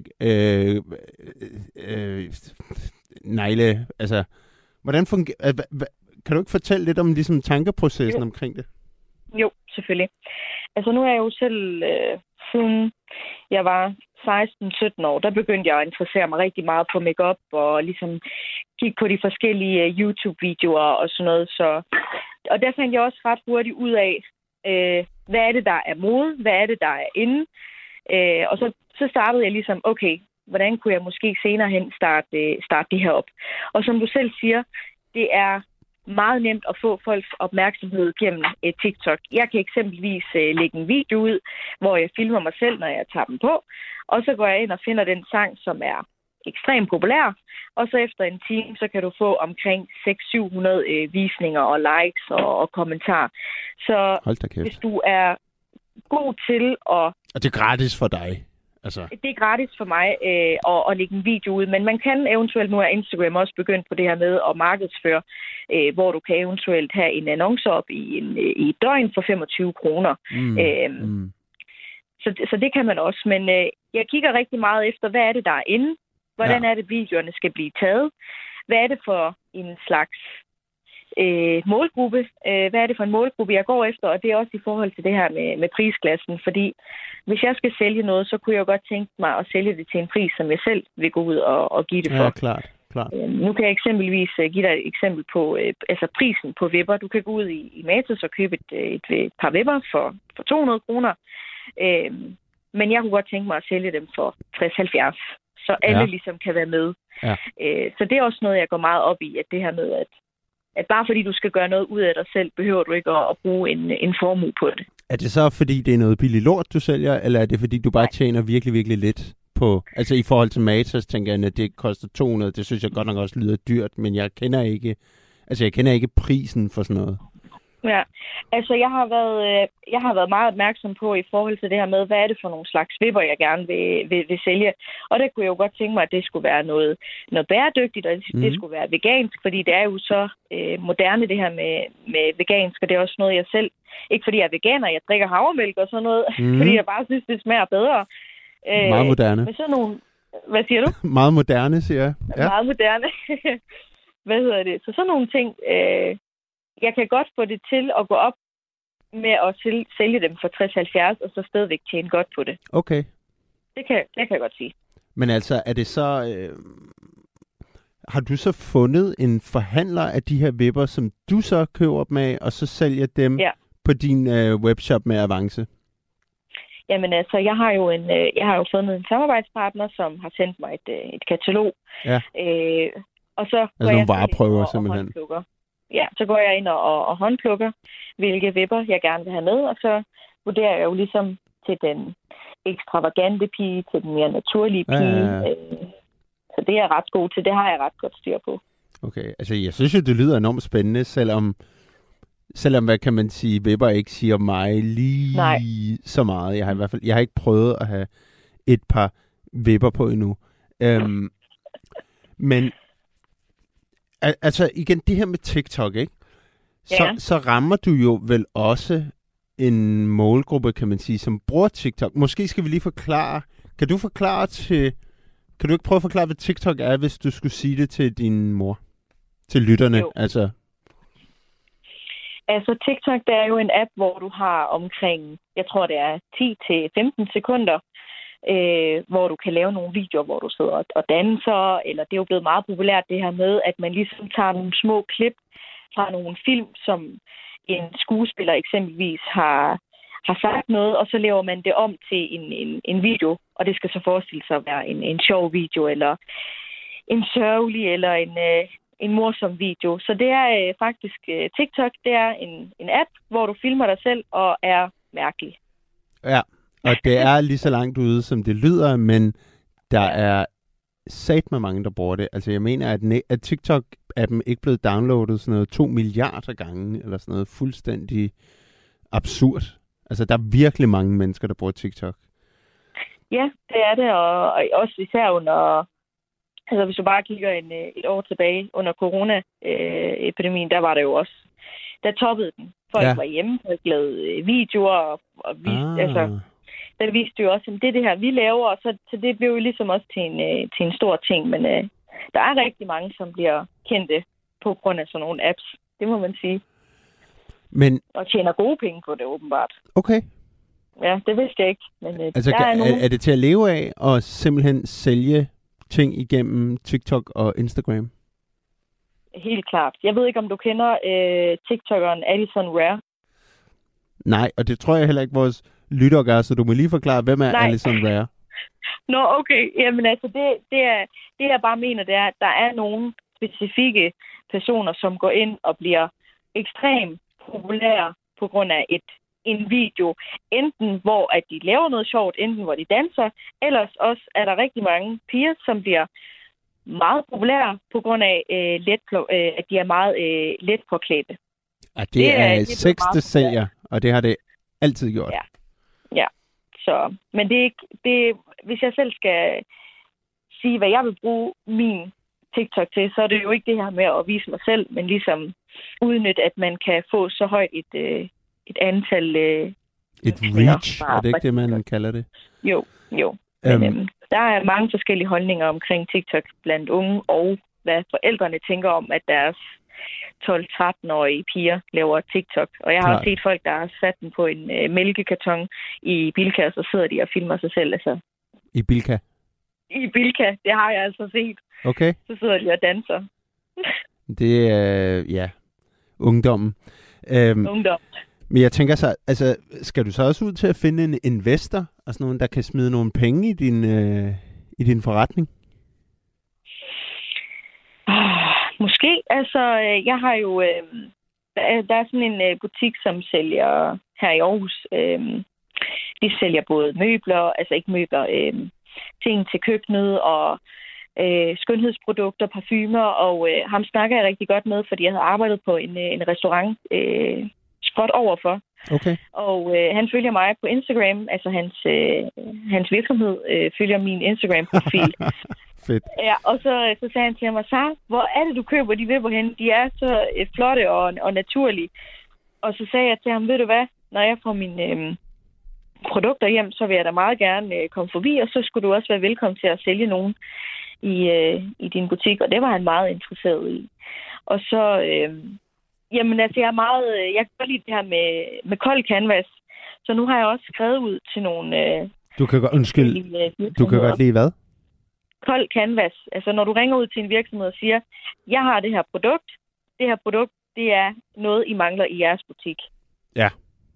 [SPEAKER 2] negle, altså, hvordan fungerer, kan du ikke fortælle lidt om ligesom tankeprocessen omkring det?
[SPEAKER 3] Jo, selvfølgelig. Altså nu er jeg jo selv, siden jeg var 16-17 år, der begyndte jeg at interessere mig rigtig meget på makeup og ligesom kigge på de forskellige YouTube-videoer og sådan noget. Og der fandt jeg også ret hurtigt ud af, hvad er det, der er mode, hvad er det, der er inde. Og så startede jeg ligesom, okay, hvordan kunne jeg måske senere hen starte det her op. Og som du selv siger, det er meget nemt at få folks opmærksomhed gennem TikTok. Jeg kan eksempelvis lægge en video ud, hvor jeg filmer mig selv, når jeg tager den på, og så går jeg ind og finder den sang, som er ekstremt populær, og så efter en time, så kan du få omkring 600-700 visninger og likes og kommentarer. Så hvis du er god til at...
[SPEAKER 2] Og det er gratis for dig? Altså. Det
[SPEAKER 3] er gratis for mig at lægge en video ud, men man kan eventuelt, nu er Instagram også begyndt på det her med at markedsføre, hvor du kan eventuelt have en annonce op i et døgn for 25 kroner. Så det kan man også, men jeg kigger rigtig meget efter, hvad er det, der er inde? Hvordan er det, videoerne skal blive taget? Hvad er det for en slags målgruppe? Hvad er det for en målgruppe, jeg går efter? Og det er også i forhold til det her med prisklassen, fordi hvis jeg skal sælge noget, så kunne jeg jo godt tænke mig at sælge det til en pris, som jeg selv vil gå ud og give det for.
[SPEAKER 2] Ja, klart.
[SPEAKER 3] Nu kan jeg eksempelvis give dig et eksempel på altså prisen på vipper. Du kan gå ud i Matas og købe et par vipper for 200 kroner. Men jeg kunne godt tænke mig at sælge dem for 60-70. Så alle ligesom kan være med. Ja. Så det er også noget, jeg går meget op i, at det her med, at bare fordi du skal gøre noget ud af dig selv, behøver du ikke at bruge en formue på det. Er
[SPEAKER 2] det så, fordi det er noget billigt lort, du sælger, eller er det, fordi du bare tjener virkelig, virkelig lidt på... Altså i forhold til Matas, tænker jeg, at det koster 200, det synes jeg godt nok også lyder dyrt, men jeg kender ikke prisen for sådan noget.
[SPEAKER 3] Ja, altså jeg har været meget opmærksom på i forhold til det her med, hvad er det for nogle slags vipper, jeg gerne vil sælge. Og der kunne jeg jo godt tænke mig, at det skulle være noget bæredygtigt, og det skulle være vegansk, fordi det er jo så moderne det her med vegansk, og det er også noget, jeg selv, ikke fordi jeg er veganer, jeg drikker havremælk og sådan noget, fordi jeg bare synes, det smager bedre.
[SPEAKER 2] Meget moderne.
[SPEAKER 3] Med sådan nogle, hvad siger du?
[SPEAKER 2] Meget moderne, siger jeg. Ja.
[SPEAKER 3] Meget moderne. Hvad hedder det? Så sådan nogle ting... Jeg kan godt få det til at gå op med at sælge dem for 60-70, og så stadigvæk tjene godt på det.
[SPEAKER 2] Okay.
[SPEAKER 3] Det kan jeg godt sige.
[SPEAKER 2] Men altså, er det så... har du så fundet en forhandler af de her vipper, som du så køber dem af, og så sælger dem på din webshop med avance?
[SPEAKER 3] Jamen altså, jeg har jo fundet en samarbejdspartner, som har sendt mig et katalog. Ja. Og så
[SPEAKER 2] altså nogle vareprøver simpelthen.
[SPEAKER 3] Ja, så går jeg ind og håndplukker, hvilke vipper jeg gerne vil have med, og så vurderer jeg jo ligesom til den ekstravagante pige, til den mere naturlige pige. Ja. Så det er jeg ret god til. Det har jeg ret godt styr på.
[SPEAKER 2] Okay, altså jeg synes jo, det lyder enormt spændende, selvom hvad kan man sige, vipper ikke siger mig lige så meget. Jeg har ikke prøvet at have et par vipper på endnu. Men altså igen, det her med TikTok, ikke? Så rammer du jo vel også en målgruppe, kan man sige, som bruger TikTok. Måske skal vi lige forklare. Kan du ikke prøve at forklare, hvad TikTok er, hvis du skulle sige det til din mor? Til lytterne,
[SPEAKER 3] jo.
[SPEAKER 2] Altså
[SPEAKER 3] TikTok, det er jo en app, hvor du har omkring, jeg tror det er 10-15 sekunder, hvor du kan lave nogle videoer, hvor du sidder og danser, eller det er jo blevet meget populært det her med, at man ligesom tager nogle små klip fra nogle film, som en skuespiller eksempelvis har sagt noget, og så laver man det om til en video, og det skal så forestille sig at være en sjov video, eller en sørgelig, eller en morsom video. Så det er faktisk TikTok, det er en app, hvor du filmer dig selv og er mærkelig.
[SPEAKER 2] Ja. Og det er lige så langt ude, som det lyder, men der er satme mange, der bruger det. Altså jeg mener, at TikTok-appen ikke blevet downloadet sådan noget 2 milliarder gange, eller sådan noget fuldstændig absurd. Altså der er virkelig mange mennesker, der bruger TikTok.
[SPEAKER 3] Ja, det er det, og også især Altså, hvis du bare kigger et år tilbage under corona-epidemien, der var det jo også, der toppede den. Folk var hjemme, folk lavede videoer, og viste, altså, der viste jo også, at det her, vi laver, og så det blev jo ligesom også til en stor ting, men der er rigtig mange, som bliver kendte på grund af sådan nogle apps, det må man sige. Men og tjener gode penge på det, åbenbart.
[SPEAKER 2] Okay.
[SPEAKER 3] Ja, det vidste jeg ikke. Men,
[SPEAKER 2] altså, er det til at leve af, og simpelthen sælge ting igennem TikTok og Instagram?
[SPEAKER 3] Helt klart. Jeg ved ikke, om du kender TikTokeren Addison Rae.
[SPEAKER 2] Nej, og det tror jeg heller ikke, vores lytter gør, så du må lige forklare, hvem er Addison Rae?
[SPEAKER 3] Nå, okay. Jamen altså, det jeg bare mener, det er, at der er nogle specifikke personer, som går ind og bliver ekstremt populære på grund af en video. Enten hvor at de laver noget sjovt, enten hvor de danser, ellers også er der rigtig mange piger, som bliver meget populære på grund af, at de er meget let påklædte.
[SPEAKER 2] Ja, det er sexte sælger, og det har det altid gjort.
[SPEAKER 3] Ja. Så, men det er ikke, hvis jeg selv skal sige, hvad jeg vil bruge min TikTok til, så er det jo ikke det her med at vise mig selv, men ligesom udnytte, at man kan få så højt et antal...
[SPEAKER 2] et reach, er det ikke det, man kalder det?
[SPEAKER 3] Jo. Men, der er mange forskellige holdninger omkring TikTok blandt unge, og hvad forældrene tænker om, at deres 12-13-årige piger laver TikTok. Og jeg har også set folk, der har sat den på en mælkekarton i Bilka, og så sidder de og filmer sig selv. Altså.
[SPEAKER 2] I Bilka?
[SPEAKER 3] I Bilka, det har jeg altså set.
[SPEAKER 2] Okay.
[SPEAKER 3] Så sidder de og danser.
[SPEAKER 2] Det er, ungdommen.
[SPEAKER 3] Ungdom.
[SPEAKER 2] Men jeg tænker så, altså, skal du så også ud til at finde en investor, altså nogen, der kan smide nogle penge i din forretning?
[SPEAKER 3] Måske. Altså, jeg har jo... der er sådan en butik, som sælger her i Aarhus. De sælger både møbler, altså ikke møbler, ting til køkkenet og skønhedsprodukter, parfumer, og ham snakker jeg rigtig godt med, fordi jeg havde arbejdet på en restaurant skråt overfor. Okay. Og han følger mig på Instagram, altså hans virksomhed følger min Instagram-profil.
[SPEAKER 2] Fedt.
[SPEAKER 3] Ja, og så sagde han til mig, Sara, hvor er det, du køber de vipper hen? De er så flotte og naturlige. Og så sagde jeg til ham, ved du hvad, når jeg får mine produkter hjem, så vil jeg da meget gerne komme forbi, og så skulle du også være velkommen til at sælge nogen i din butik, og det var han meget interesseret i. Og så, jamen altså, jeg kan godt lide det her med kold canvas, så nu har jeg også skrevet ud til nogle...
[SPEAKER 2] Du kan godt lide hvad?
[SPEAKER 3] Kold canvas. Altså, når du ringer ud til en virksomhed og siger, jeg har det her produkt, det er noget, I mangler i jeres butik.
[SPEAKER 2] Ja.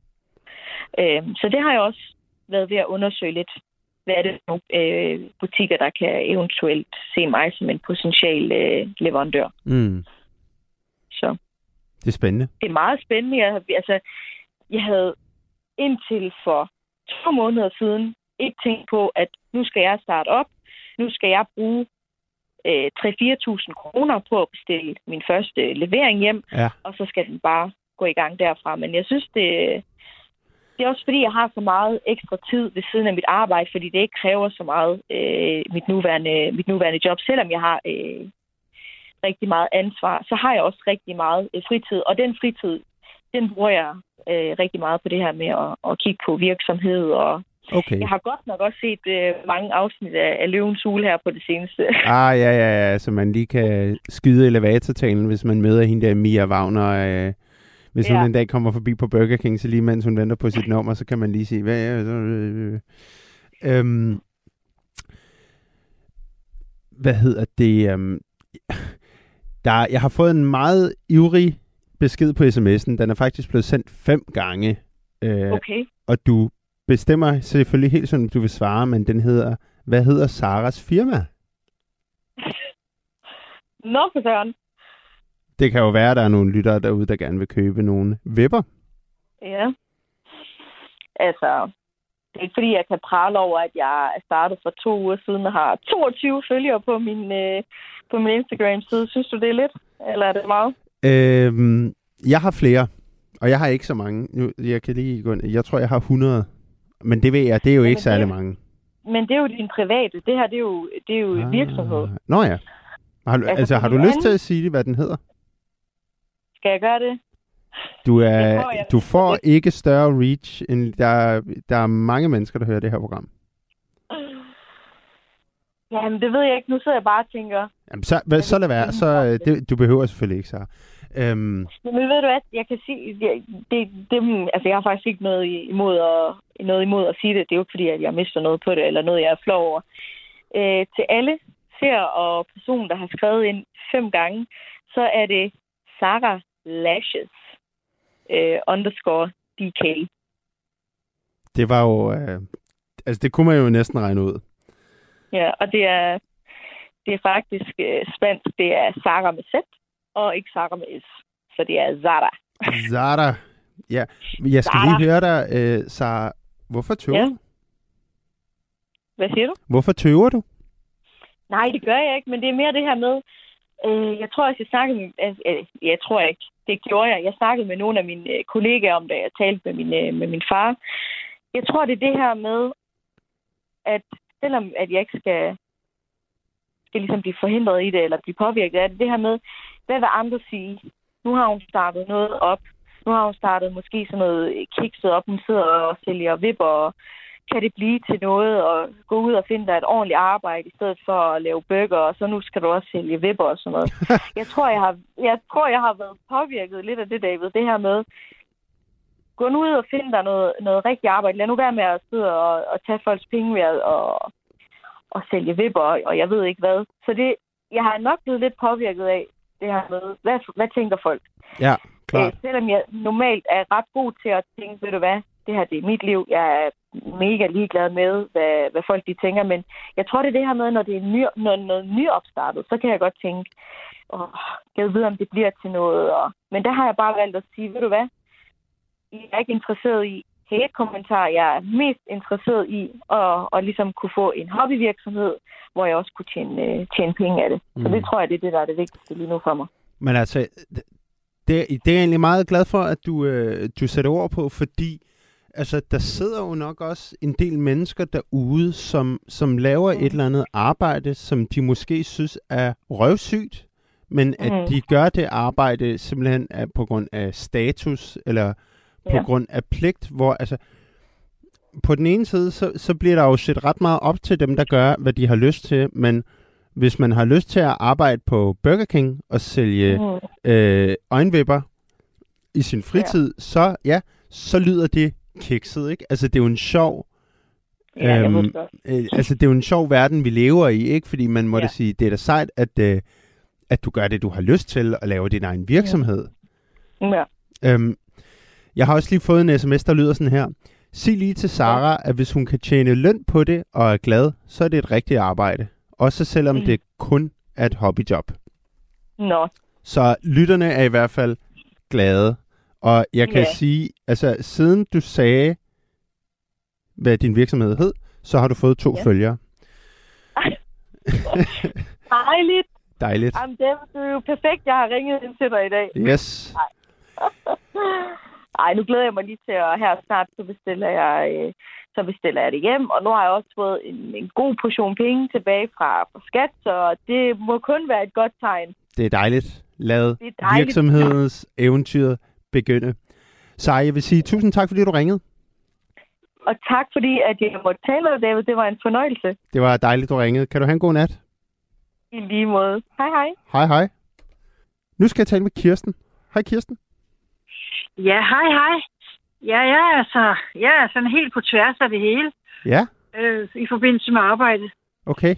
[SPEAKER 3] Så det har jeg også været ved at undersøge lidt. Hvad er det for nogle butikker, der kan eventuelt se mig som en potentiel leverandør.
[SPEAKER 2] Mm.
[SPEAKER 3] Så.
[SPEAKER 2] Det er spændende.
[SPEAKER 3] Det er meget spændende. Jeg havde indtil for 2 måneder siden ikke tænkt på, at nu skal jeg starte op. Nu skal jeg bruge 3-4.000 kroner på at bestille min første levering hjem, og så skal den bare gå i gang derfra. Men jeg synes, det er også fordi, jeg har så meget ekstra tid ved siden af mit arbejde, fordi det ikke kræver så meget mit nuværende job. Selvom jeg har rigtig meget ansvar, så har jeg også rigtig meget fritid. Og den fritid, den bruger jeg rigtig meget på det her med at kigge på virksomhed. Og
[SPEAKER 2] okay.
[SPEAKER 3] Jeg har godt nok også set mange afsnit af Løvens Hule her på det seneste.
[SPEAKER 2] Ja, så man lige kan skyde elevatortalen, hvis man møder hende der Mia Wagner. Hvis hun en dag kommer forbi på Burger King, så lige mens hun venter på sit nummer, så kan man lige sige, hvad hedder det? Jeg har fået en meget ivrig besked på sms'en. Den er faktisk blevet sendt 5 gange.
[SPEAKER 3] Okay.
[SPEAKER 2] Og du bestemmer selvfølgelig helt sådan, du vil svare, men den hedder, hvad hedder Saras firma?
[SPEAKER 3] Nå, for søren.
[SPEAKER 2] Det kan jo være, at der er nogle lyttere derude, der gerne vil købe nogle vipper.
[SPEAKER 3] Ja. Altså, det er ikke fordi, jeg kan prale over, at jeg er startet for 2 uger siden og har 22 følgere på min Instagram-side. Synes du, det er lidt? Eller er det meget?
[SPEAKER 2] Jeg har flere, og jeg har ikke så mange. Jeg kan lige gå ind. Jeg tror, jeg har 100. Men det ved jeg, det er jo ikke særlig mange.
[SPEAKER 3] men det er jo din private. Det her, det er jo virksomhed.
[SPEAKER 2] Nå ja. Har du lyst til at sige det, hvad den hedder?
[SPEAKER 3] Skal jeg gøre det?
[SPEAKER 2] Du får ikke større reach, end der er mange mennesker, der hører det her program.
[SPEAKER 3] Jamen, det ved jeg ikke. Nu sidder jeg bare og tænker...
[SPEAKER 2] Jamen, så lad være. Du behøver selvfølgelig ikke, så.
[SPEAKER 3] Men ved du hvad? Jeg kan sige... Altså, jeg har faktisk ikke noget imod at sige det. Det er jo ikke fordi, at jeg mister noget på det, eller noget, jeg er flov over. Til alle seere og personer, der har skrevet ind 5 gange, så er det Sarah Lashes _DK.
[SPEAKER 2] Det var jo... det kunne man jo næsten regne ud.
[SPEAKER 3] Ja, og det er faktisk spansk. Det er Sarah med Z, og ikke Sarah med S. Så det er Zara.
[SPEAKER 2] Zara. Ja, jeg skal lige høre dig, Sarah. Hvorfor tøver du?
[SPEAKER 3] Hvad siger du?
[SPEAKER 2] Hvorfor tøver du?
[SPEAKER 3] Nej, det gør jeg ikke, men det er mere det her med... jeg tror også, jeg snakkede med... jeg tror ikke. Det gjorde jeg. Jeg snakkede med nogle af mine kollegaer om, da jeg talte med min far. Jeg tror, det er det her med, at selvom at jeg ikke skal ligesom blive forhindret i det, eller blive påvirket af det, det her med, hvad vil andre sige? Nu har hun startet noget op. Nu har hun startet måske sådan noget kikset op. Hun sidder og sælger vipper, og kan det blive til noget, og gå ud og finde dig et ordentligt arbejde, i stedet for at lave burger, og så nu skal du også sælge vipper og sådan noget. Jeg tror, jeg har været påvirket lidt af det, David. Det her med, gå nu ud og finde dig noget rigtigt arbejde. Lad nu være med at sidde og tage folks penge ved og sælge vipper, og jeg ved ikke hvad. Så jeg har nok blevet lidt påvirket af det her med, hvad tænker folk?
[SPEAKER 2] Ja, klart.
[SPEAKER 3] Selvom jeg normalt er ret god til at tænke, ved du hvad, det her det er mit liv. Jeg er mega ligeglad med, hvad folk de tænker, men jeg tror, det er det her med, når det er noget nyopstartet, så kan jeg godt tænke, jeg ved om det bliver til noget. Men der har jeg bare valgt at sige, ved du hvad, jeg er ikke interesseret i hate-kommentarer. Jeg er mest interesseret i at ligesom kunne få en hobbyvirksomhed, hvor jeg også kunne tjene penge af det. Så det tror jeg, det er det, der er det vigtigste lige nu for mig.
[SPEAKER 2] Men altså, det er jeg egentlig meget glad for, at du sætter ord på, fordi altså, der sidder jo nok også en del mennesker derude, som laver et eller andet arbejde, som de måske synes er røvsygt, men at de gør det arbejde simpelthen på grund af status, eller på grund af pligt, hvor altså, på den ene side, så bliver der jo set ret meget op til dem, der gør, hvad de har lyst til, men hvis man har lyst til at arbejde på Burger King og sælge øjenvipper i sin fritid, så lyder det kikset, ikke? Altså, det er jo en sjov det er jo en sjov verden, vi lever i, ikke? Fordi man må da sige, det er da sejt, at du gør det, du har lyst til, at lave din egen virksomhed.
[SPEAKER 3] Ja.
[SPEAKER 2] Jeg har også lige fået en sms, der lyder sådan her. Sig lige til Sarah, at hvis hun kan tjene løn på det og er glad, så er det et rigtigt arbejde. Også selvom det kun er et hobbyjob.
[SPEAKER 3] Nå.
[SPEAKER 2] Så lytterne er i hvert fald glade. Og jeg kan sige, altså siden du sagde, hvad din virksomhed hed, så har du fået 2 følgere.
[SPEAKER 3] Dejligt.
[SPEAKER 2] Dejligt.
[SPEAKER 3] Jamen, det er jo perfekt, jeg har ringet ind til dig i dag.
[SPEAKER 2] Yes.
[SPEAKER 3] Ej, nu glæder jeg mig lige til, at her snart, så bestiller jeg det hjem. Og nu har jeg også fået en god portion penge tilbage fra skat, så det må kun være et godt tegn.
[SPEAKER 2] Det er dejligt. Lad virksomhedens eventyr begynde. Så jeg vil sige tusind tak, fordi du ringede.
[SPEAKER 3] Og tak, fordi at jeg måtte tale med dig, David. Det var en fornøjelse.
[SPEAKER 2] Det var dejligt, du ringede. Kan du have en god nat?
[SPEAKER 3] I lige måde. Hej, hej.
[SPEAKER 2] Hej, hej. Nu skal jeg tale med Kirsten. Hej, Kirsten.
[SPEAKER 4] Ja, hej. Ja, jeg er sådan helt på tværs af det hele.
[SPEAKER 2] Ja?
[SPEAKER 4] I forbindelse med arbejdet.
[SPEAKER 2] Okay.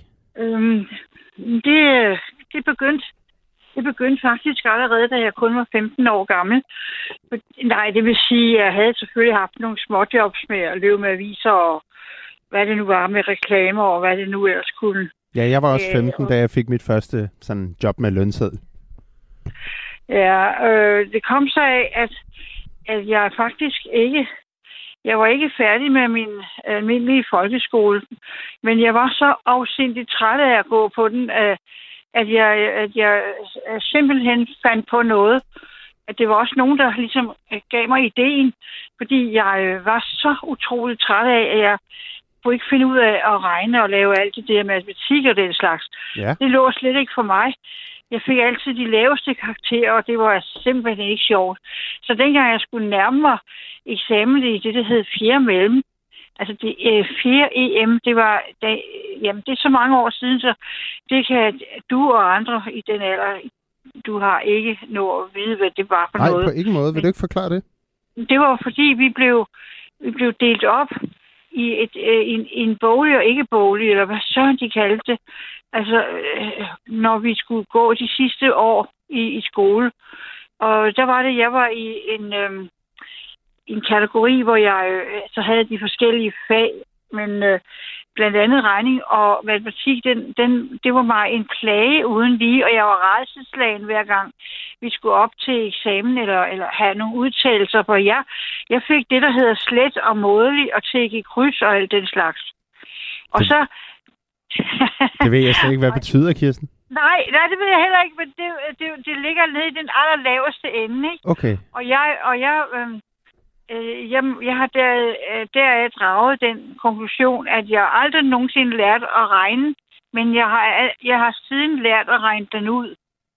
[SPEAKER 4] Det begyndte faktisk allerede, da jeg kun var 15 år gammel. Nej, det vil sige, at jeg havde selvfølgelig haft nogle småjobs med at løbe med aviser og hvad det nu var med reklamer og hvad det nu ellers kunne. Ja,
[SPEAKER 2] jeg var også 15, da jeg fik mit første sådan job med lønseddel.
[SPEAKER 4] Ja, det kom så af, at jeg faktisk ikke... Jeg var ikke færdig med min almindelige folkeskole, men jeg var så afsindigt træt af at gå på den, at jeg simpelthen fandt på noget. At det var også nogen, der ligesom gav mig ideen, fordi jeg var så utroligt træt af, at jeg kunne ikke finde ud af at regne og lave alt det der matematik og den slags.
[SPEAKER 2] Ja.
[SPEAKER 4] Det lå slet ikke for mig. Jeg fik altid de laveste karakterer, og det var simpelthen ikke sjovt. Så dengang jeg skulle nærme mig eksamen i det, der hed 4. mellem, altså det 4 EM, det var, det er så mange år siden, så det kan du og andre i den alder, du har ikke nået at vide, hvad det var for noget.
[SPEAKER 2] Nej, på ingen måde. Vil du ikke forklare det?
[SPEAKER 4] Det var fordi, vi blev delt op i en bolig og ikke bolig, eller hvad så de kaldte det. Altså, når vi skulle gå de sidste år i skole. Og der var det, jeg var i en kategori, hvor jeg så havde de forskellige fag, men blandt andet regning og matematik, det var mig en plage uden lige, og jeg var rædselsslagen hver gang vi skulle op til eksamen eller have nogle udtalelser, hvor jeg fik det, der hedder slet og mådelig og tække i kryds og alt den slags. Og så...
[SPEAKER 2] Det ved jeg slet ikke, hvad det betyder, Kirsten.
[SPEAKER 4] Nej, det ved jeg heller ikke, men det ligger nede i den allerlaveste ende, ikke?
[SPEAKER 2] Okay.
[SPEAKER 4] Og jeg har deraf draget den konklusion, at jeg aldrig nogensinde lært at regne, men jeg har siden lært at regne den ud.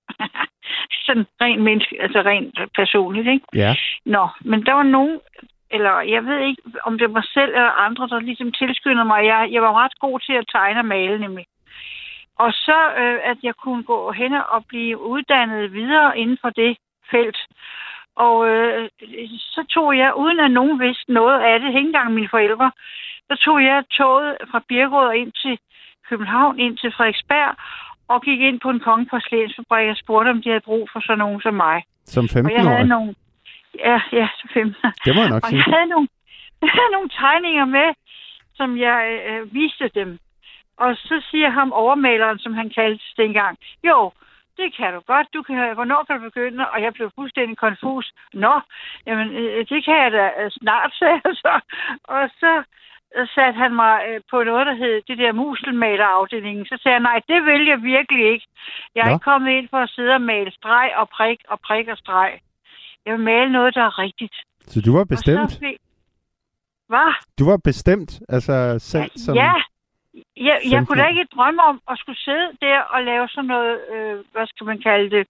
[SPEAKER 4] Sådan rent menneske, altså rent personligt, ikke?
[SPEAKER 2] Ja.
[SPEAKER 4] Nå, men der var nogen, eller jeg ved ikke, om det var selv eller andre, der ligesom tilskyndede mig. Jeg var ret god til at tegne og male, nemlig. Og så, at jeg kunne gå hen og blive uddannet videre inden for det felt. Og så tog jeg, uden at nogen vidste noget af det, ikke engang mine forældre, så tog jeg toget fra Birkerød ind til København, ind til Frederiksberg, og gik ind på en kongeporcelænsfabrik og spurgte, om de havde brug for sådan nogen som mig.
[SPEAKER 2] Som 15-årig?
[SPEAKER 4] Og jeg havde nogle... Ja, som 15.
[SPEAKER 2] Det må jeg nok sige.
[SPEAKER 4] Og jeg havde nogle tegninger med, som jeg viste dem. Og så siger ham overmaleren, som han kaldte dengang, jo, det kan du godt. Hvornår kan du begynde? Og jeg blev fuldstændig konfus. Nå, jamen, det kan jeg da snart, sagde jeg så. Og så satte han mig på noget, der hed det der muselmalerafdelingen. Så sagde jeg, nej, det vil jeg virkelig ikke. Jeg er ikke kommet ind for at sidde og male streg og prik og prik og streg. Jeg vil male noget, der er rigtigt.
[SPEAKER 2] Så du var bestemt?
[SPEAKER 4] Hvad?
[SPEAKER 2] Du var bestemt, altså selv som...
[SPEAKER 4] Ja. Jeg kunne da ikke drømme om at skulle sidde der og lave sådan noget, hvad skal man kalde det,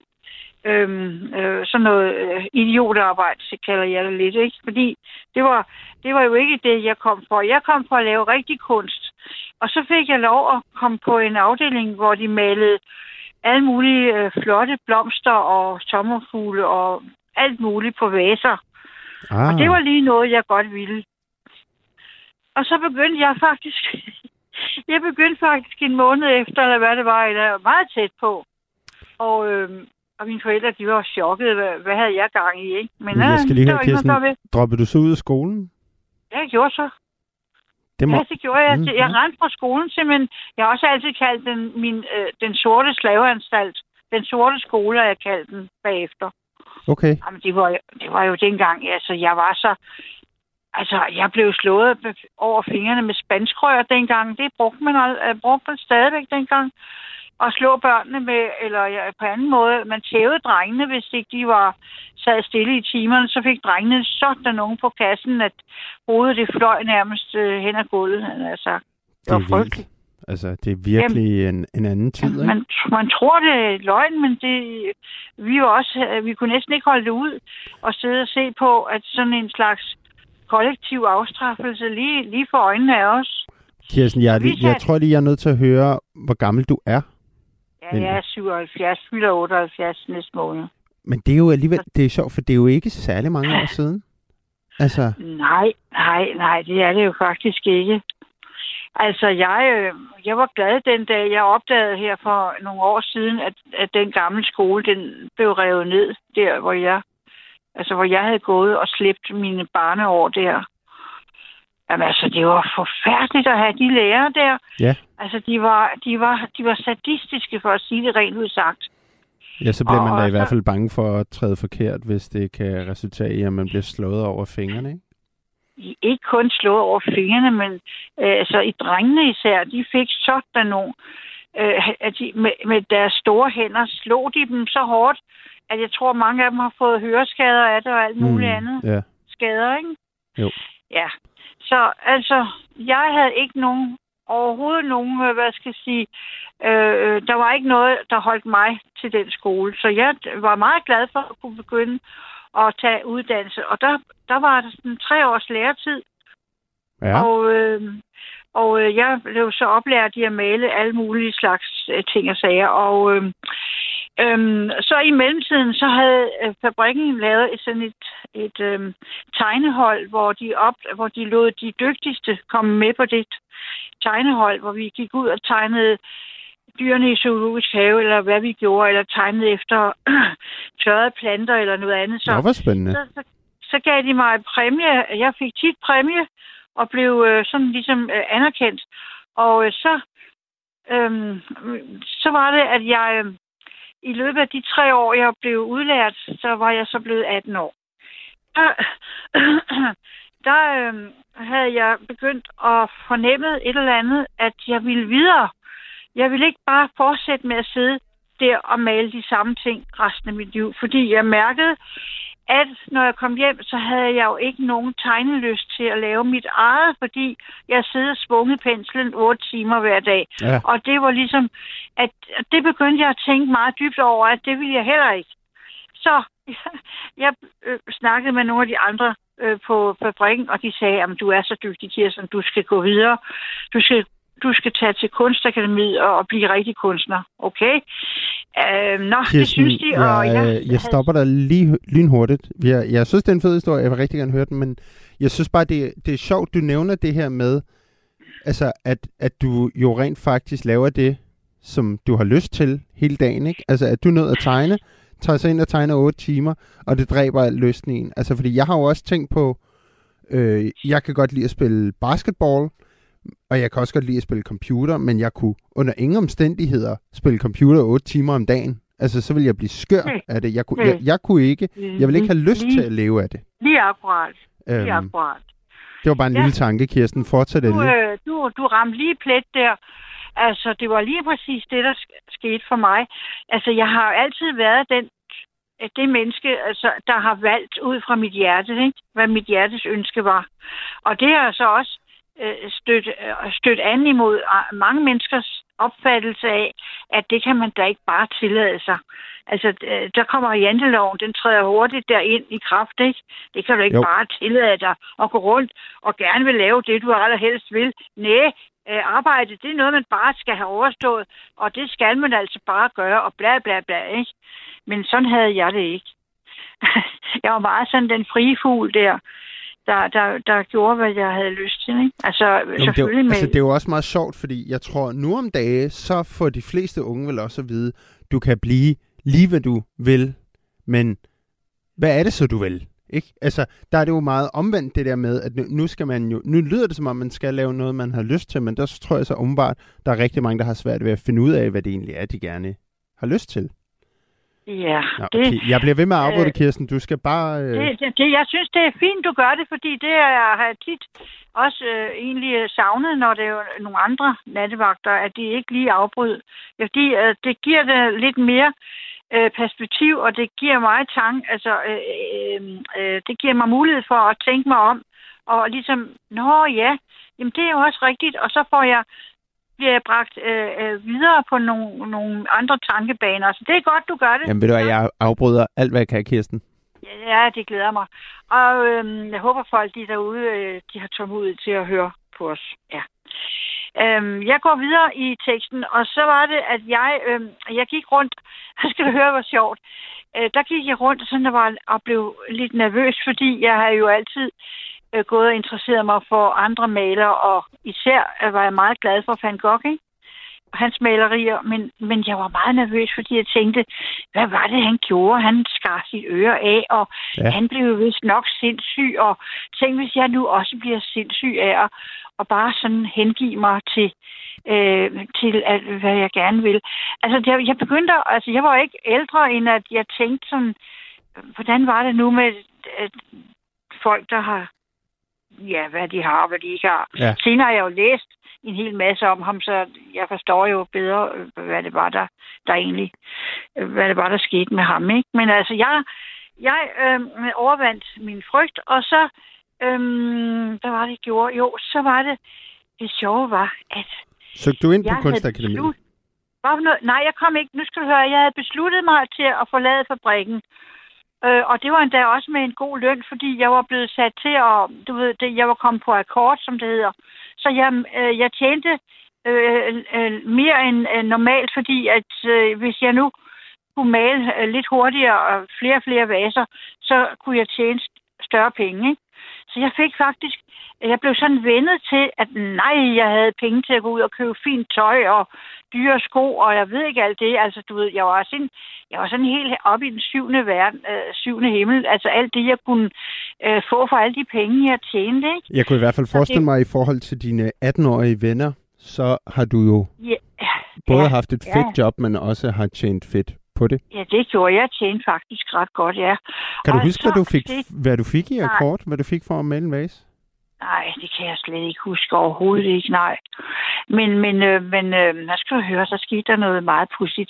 [SPEAKER 4] sådan noget idiotarbejde, så kalder jeg det lidt, ikke? Fordi det var jo ikke det, jeg kom for. Jeg kom for at lave rigtig kunst. Og så fik jeg lov at komme på en afdeling, hvor de malede alle mulige flotte blomster og sommerfugle og alt muligt på vaser. Og det var lige noget, jeg godt ville. Og så begyndte jeg faktisk... Jeg begyndte faktisk en måned efter, eller hvad det var, eller meget tæt på. Og mine forældre, de var chokket. Hvad havde jeg gang i, ikke? Men
[SPEAKER 2] jeg skal lige høre, Kirsten, droppede du så ud af skolen?
[SPEAKER 4] Ja, jeg gjorde så. Det gjorde jeg. Mm-hmm. Jeg rendte fra skolen simpelthen. Jeg har også altid kaldt den sorte slaveanstalt. Den sorte skole, jeg kaldte den bagefter.
[SPEAKER 2] Okay.
[SPEAKER 4] Jamen, det var jo dengang, altså, jeg var så... Altså, jeg blev slået over fingrene med spanskrør dengang. Det brugte man stadigvæk dengang. Og slå børnene med, eller på anden måde. Man tævede drengene, hvis ikke de sad stille i timerne. Så fik drengene sådan nogen på kassen, at hovedet det fløj nærmest hen ad gulvet. Altså, det var frygteligt.
[SPEAKER 2] Altså, det er virkelig en anden tid, ikke?
[SPEAKER 4] Man tror, det er løgn, men vi kunne næsten ikke holde det ud og sidde og se på, at sådan en slags kollektiv afstraffelse lige for øjnene af os.
[SPEAKER 2] Kirsten, jeg tror lige, jeg er nødt til at høre, hvor gammel du er.
[SPEAKER 4] Ja, jeg er 77, fylder 78 næste måned.
[SPEAKER 2] Men det er jo alligevel, det er sjovt, for det er jo ikke særlig mange år siden. Altså... Nej,
[SPEAKER 4] det er det jo faktisk ikke. Altså, jeg var glad den dag, jeg opdagede her for nogle år siden, at den gamle skole, den blev revet ned, der hvor jeg havde gået og slæbt mine barneår der. Jamen altså, det var forfærdeligt at have de lærere der.
[SPEAKER 2] Ja.
[SPEAKER 4] Altså, de var sadistiske, for at sige det rent ud sagt.
[SPEAKER 2] Ja, så bliver man da i hvert fald bange for at træde forkert, hvis det kan resultere i, at man bliver slået over fingrene, ikke?
[SPEAKER 4] Ikke kun slået over fingrene, men altså i drengene især, de fik sådan nogle, at de med deres store hænder slog de dem så hårdt, at jeg tror, mange af dem har fået høreskader af det og alt muligt andet.
[SPEAKER 2] Ja.
[SPEAKER 4] Skader, ikke?
[SPEAKER 2] Jo.
[SPEAKER 4] Ja. Så altså, jeg havde ikke overhovedet nogen, der var ikke noget, der holdt mig til den skole. Så jeg var meget glad for at kunne begynde at tage uddannelse. Og der var der sådan 3 års læretid.
[SPEAKER 2] Ja.
[SPEAKER 4] Og jeg blev så oplært i at male alle mulige slags ting og sager. Og så i mellemtiden, så havde fabrikken lavet et tegnehold, hvor de lod de dygtigste komme med på det tegnehold, hvor vi gik ud og tegnede dyrene i zoologisk have, eller hvad vi gjorde, eller tegnede efter tørrede planter, eller noget andet.
[SPEAKER 2] Det var spændende.
[SPEAKER 4] Så gav de mig præmie. Jeg fik tit præmie, og blev sådan ligesom anerkendt. Og så var det, at jeg i løbet af de 3 år, jeg blev udlært, så var jeg så blevet 18 år. Der havde jeg begyndt at fornemme et eller andet, at jeg ville videre. Jeg ville ikke bare fortsætte med at sidde der og male de samme ting resten af mit liv, fordi jeg mærkede, at når jeg kom hjem, så havde jeg jo ikke nogen tegnelyst til at lave mit eget, fordi jeg sidder og svunget penslen 8 timer hver dag. Ja. Og det var ligesom, at det begyndte jeg at tænke meget dybt over, at det ville jeg heller ikke. Så jeg snakkede med nogle af de andre på fabrikken, og de sagde, at du er så dygtig, Kirsten, du skal gå videre. Du skal tage til Kunstakademiet og blive rigtig kunstner. Okay?
[SPEAKER 2] Kirsten, det synes de, og jeg stopper dig lige lynhurtigt. Jeg synes, det er en fed historie. Jeg vil rigtig gerne høre den, men jeg synes bare, det er sjovt, du nævner det her med, altså, at du jo rent faktisk laver det, som du har lyst til hele dagen, ikke? Altså, at du er nødt at tegne, tager sig ind og tegner 8 timer, og det dræber al lysten i en. Altså, fordi jeg har jo også tænkt på, jeg kan godt lide at spille basketball, og jeg kan også godt lide at spille computer, men jeg kunne under ingen omstændigheder spille computer 8 timer om dagen. Altså, så ville jeg blive skør af det. Jeg kunne ikke. Jeg ville ikke have lyst til at leve af det.
[SPEAKER 4] Lige akkurat. Akkurat.
[SPEAKER 2] Det var bare en lille tanke, Kirsten. Fortsæt det lige.
[SPEAKER 4] Du ramte lige plet der. Altså, det var lige præcis det, der skete for mig. Altså, jeg har altid været det menneske, altså, der har valgt ud fra mit hjerte, ikke? Hvad mit hjertes ønske var. Og det har så også stødt an imod mange menneskers opfattelse af, at det kan man da ikke bare tillade sig. Altså, der kommer janteloven, den træder hurtigt derind i kraft, ikke? Det kan du ikke bare tillade dig at gå rundt og gerne vil lave det, du allerhelst vil. Næh, arbejde, det er noget, man bare skal have overstået, og det skal man altså bare gøre, og bla bla bla, ikke? Men sådan havde jeg det ikke. Jeg var meget sådan den frie fugl der gjorde, hvad jeg havde lyst til, ikke? Altså, selvfølgelig
[SPEAKER 2] det er jo også meget sjovt, fordi jeg tror, nu om dage, så får de fleste unge vel også at vide, du kan blive lige, hvad du vil, men hvad er det så, du vil? Ikke? Altså, der er det jo meget omvendt det der med, at nu lyder det som om, man skal lave noget, man har lyst til, men der så tror jeg så umiddelbart, der er rigtig mange, der har svært ved at finde ud af, hvad det egentlig er, de gerne har lyst til.
[SPEAKER 4] Ja.
[SPEAKER 2] Nå, okay. Jeg bliver ved med at afbryde, Kirsten. Du skal bare...
[SPEAKER 4] Jeg synes, det er fint, du gør det, fordi det har jeg tit også egentlig savnet, når det er nogle andre nattevagter, at de ikke lige afbryder. Fordi det giver det lidt mere perspektiv, og det giver mig det giver mig mulighed for at tænke mig om, og ligesom, jamen det er jo også rigtigt, og så bliver jeg bragt videre på nogle andre tankebaner. Så det er godt, du gør det.
[SPEAKER 2] Jamen ved du hvad, jeg afbryder alt, hvad jeg kan, Kirsten.
[SPEAKER 4] Ja, det glæder mig. Og jeg håber folk, de derude, de har tålmodighed til at høre på os. Ja. Jeg går videre i teksten, og så var det, at jeg gik rundt. Jeg skal høre, hvor sjovt. Der gik jeg rundt sådan, og blev lidt nervøs, fordi jeg har jo altid gået og interesseret mig for andre malere, og især var jeg meget glad for Van Gogh, ikke? Hans malerier, men jeg var meget nervøs, fordi jeg tænkte, hvad var det, han gjorde? Han skar sit øre af, og han blev vist nok sindssyg, og tænk, hvis jeg nu også bliver sindssyg af at bare sådan hengive mig til hvad jeg gerne vil. Altså, jeg begyndte, jeg var ikke ældre, end at jeg tænkte sådan, hvordan var det nu med folk, der har hvad de har, og hvad de ikke har. Ja. Senere har jeg jo læst en hel masse om ham, så jeg forstår jo bedre, hvad det var, der skete med ham, ikke? Men altså, jeg overvandt min frygt, og så Hvad var det, jeg gjorde? Jo, så var det sjove var, at...
[SPEAKER 2] Søgte du ind på Kunstakademiet?
[SPEAKER 4] Nej, jeg kom ikke. Nu skal du høre, jeg havde besluttet mig til at forlade fabrikken. Og det var endda også med en god løn, fordi jeg var blevet sat til at... jeg var kommet på akkord, som det hedder. Så jeg tjente mere end normalt, fordi at hvis jeg nu kunne male lidt hurtigere og flere vaser, så kunne jeg tjene større penge, ikke? Så jeg fik faktisk... Jeg blev sådan vendet til, at nej, jeg havde penge til at gå ud og købe fint tøj og dyre sko, og jeg ved ikke alt det. Altså, du ved, jeg var sådan helt oppe i den syvende himmel. Altså, alt det, jeg kunne få for alle de penge, jeg tjente, ikke?
[SPEAKER 2] Jeg kunne i hvert fald forestille mig, i forhold til dine 18-årige venner, så har du jo både haft et fedt job, men også har tjent fedt på det.
[SPEAKER 4] Ja, det gjorde jeg. Tjente faktisk ret godt, ja.
[SPEAKER 2] Kan du huske, hvad du fik i akkord? Hvad du fik for at male en vase?
[SPEAKER 4] Nej, det kan jeg slet ikke huske overhovedet ikke, nej. Men hvad skal du høre, så skete der noget meget pudsigt.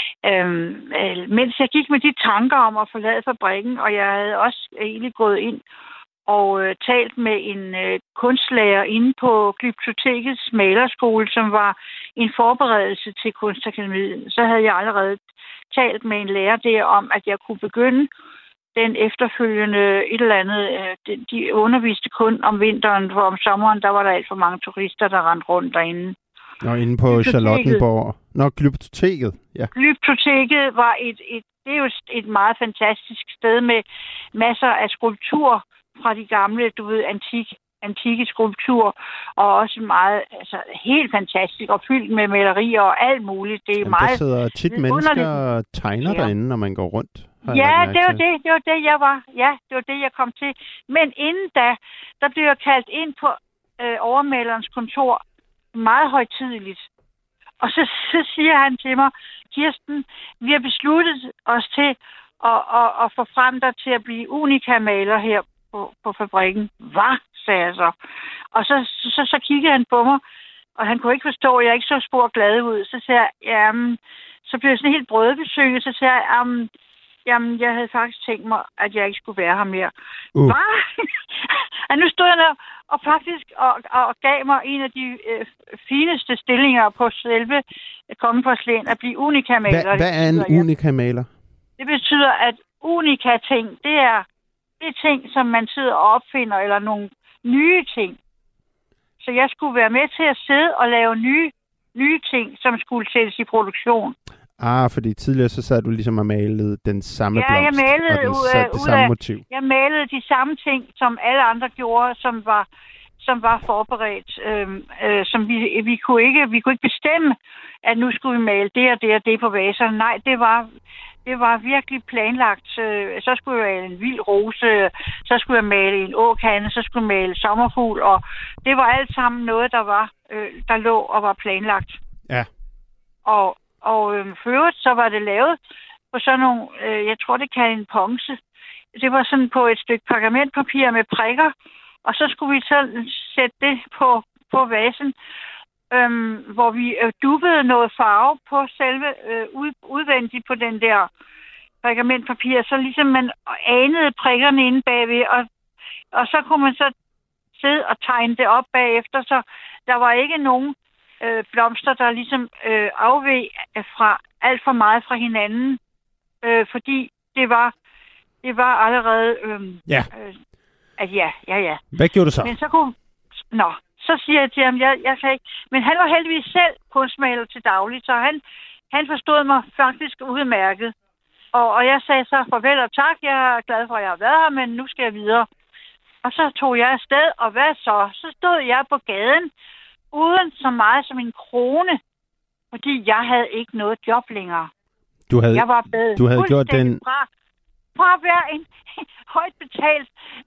[SPEAKER 4] Mens jeg gik med de tanker om at forlade fabrikken, og jeg havde også egentlig gået ind og talt med en kunstlærer inde på Glyptotekets malerskole, som var en forberedelse til Kunstakademiet. Så havde jeg allerede talt med en lærer der om, at jeg kunne begynde den efterfølgende et eller andet. De underviste kun om vinteren, for om sommeren, der var der alt for mange turister, der rendte rundt derinde.
[SPEAKER 2] Nå, inde på Charlottenborg. Nå, Glyptoteket, ja. Glyptoteket
[SPEAKER 4] var det er jo et meget fantastisk sted med masser af skulpturer fra de gamle, du ved, antikke skulpturer, og også meget, altså helt fantastisk, og fyldt med malerier og alt muligt. Det er meget...
[SPEAKER 2] Der sidder tit mennesker og tegner derinde, når man går rundt.
[SPEAKER 4] Ja, det var det, jeg var. Ja, det var det, jeg kom til. Men inden da, der blev jeg kaldt ind på overmalerens kontor meget højtideligt. Og så siger han til mig, Kirsten, vi har besluttet os til at få frem dig til at blive unika-maler her på fabrikken. Hvad? Sagde jeg så. Og så kiggede han på mig, og han kunne ikke forstå, at jeg ikke så spor glad ud. Så sagde jeg, så blev jeg sådan helt brødbesøget. Så sagde jeg, jamen, jeg havde faktisk tænkt mig, at jeg ikke skulle være her mere. Hvad? Og nu stod jeg og faktisk og gav mig en af de fineste stillinger på selve Kongeporcelæn at blive unika-maler.
[SPEAKER 2] Hvad er en unika-maler?
[SPEAKER 4] Det betyder, at unika-ting, det er ting, som man sidder og opfinder, eller nogle nye ting. Så jeg skulle være med til at sidde og lave nye ting, som skulle sættes i produktion.
[SPEAKER 2] Fordi tidligere så sad du ligesom og malede den samme blomst,
[SPEAKER 4] jeg malede
[SPEAKER 2] og det samme motiv.
[SPEAKER 4] Jeg malede de samme ting, som alle andre gjorde, som var forberedt. Som vi kunne ikke bestemme, at nu skulle vi male det og det og det på vaserne. Nej, det var virkelig planlagt. Så skulle jeg male en vild rose, så skulle jeg male en åkande, så skulle jeg male sommerfugl, og det var alt sammen noget, der lå og var planlagt.
[SPEAKER 2] Ja.
[SPEAKER 4] Og for øvrigt, så var det lavet på sådan nogle, jeg tror, det kan en ponce. Det var sådan på et stykke pergamentpapir med prikker, og så skulle vi så sætte det på vasen, hvor vi dubbede noget farve på selve udvendigt på den der pergamentpapir, så ligesom man anede prikkerne inde bagved, og så kunne man så sidde og tegne det op bagefter, så der var ikke nogen blomster, der ligesom afveg fra alt for meget fra hinanden, fordi det var allerede ja.
[SPEAKER 2] Hvad gjorde du så?
[SPEAKER 4] Men så siger jeg til ham, jeg kan ikke. Men han var heldigvis selv kunstmaler til daglig, så han forstod mig faktisk udmærket. Og jeg sagde så farvel og tak, jeg er glad for, at jeg har været her, men nu skal jeg videre. Og så tog jeg afsted, og hvad så? Så stod jeg på gaden, uden så meget som en krone, fordi jeg havde ikke noget job længere. Jeg var blevet
[SPEAKER 2] gjort den...
[SPEAKER 4] Fra at være en højt betalt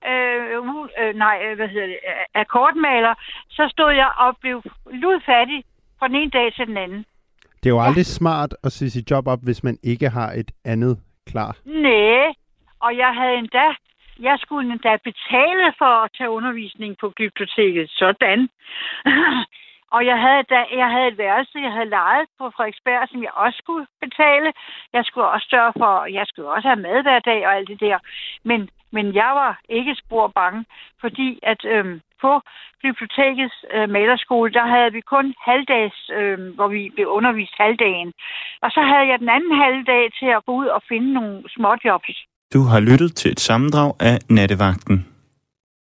[SPEAKER 4] akkordmaler, så stod jeg og blev ludfattig fra den ene dag til den anden.
[SPEAKER 2] Det er jo aldrig smart at sige sit job op, hvis man ikke har et andet klar.
[SPEAKER 4] Nej, og jeg skulle endda betale for at tage undervisning på Glyptoteket. Sådan. Og jeg havde et værelse, jeg havde lejet på Frederiksberg, som jeg også skulle betale. Jeg skulle også have mad hver dag og alt det der. Men jeg var ikke spor bange, fordi at på bibliotekets malerskole, der havde vi kun halvdags, hvor vi blev undervist halvdagen. Og så havde jeg den anden halvdag til at gå ud og finde nogle småjobs.
[SPEAKER 5] Du har lyttet til et sammendrag af Nattevagten.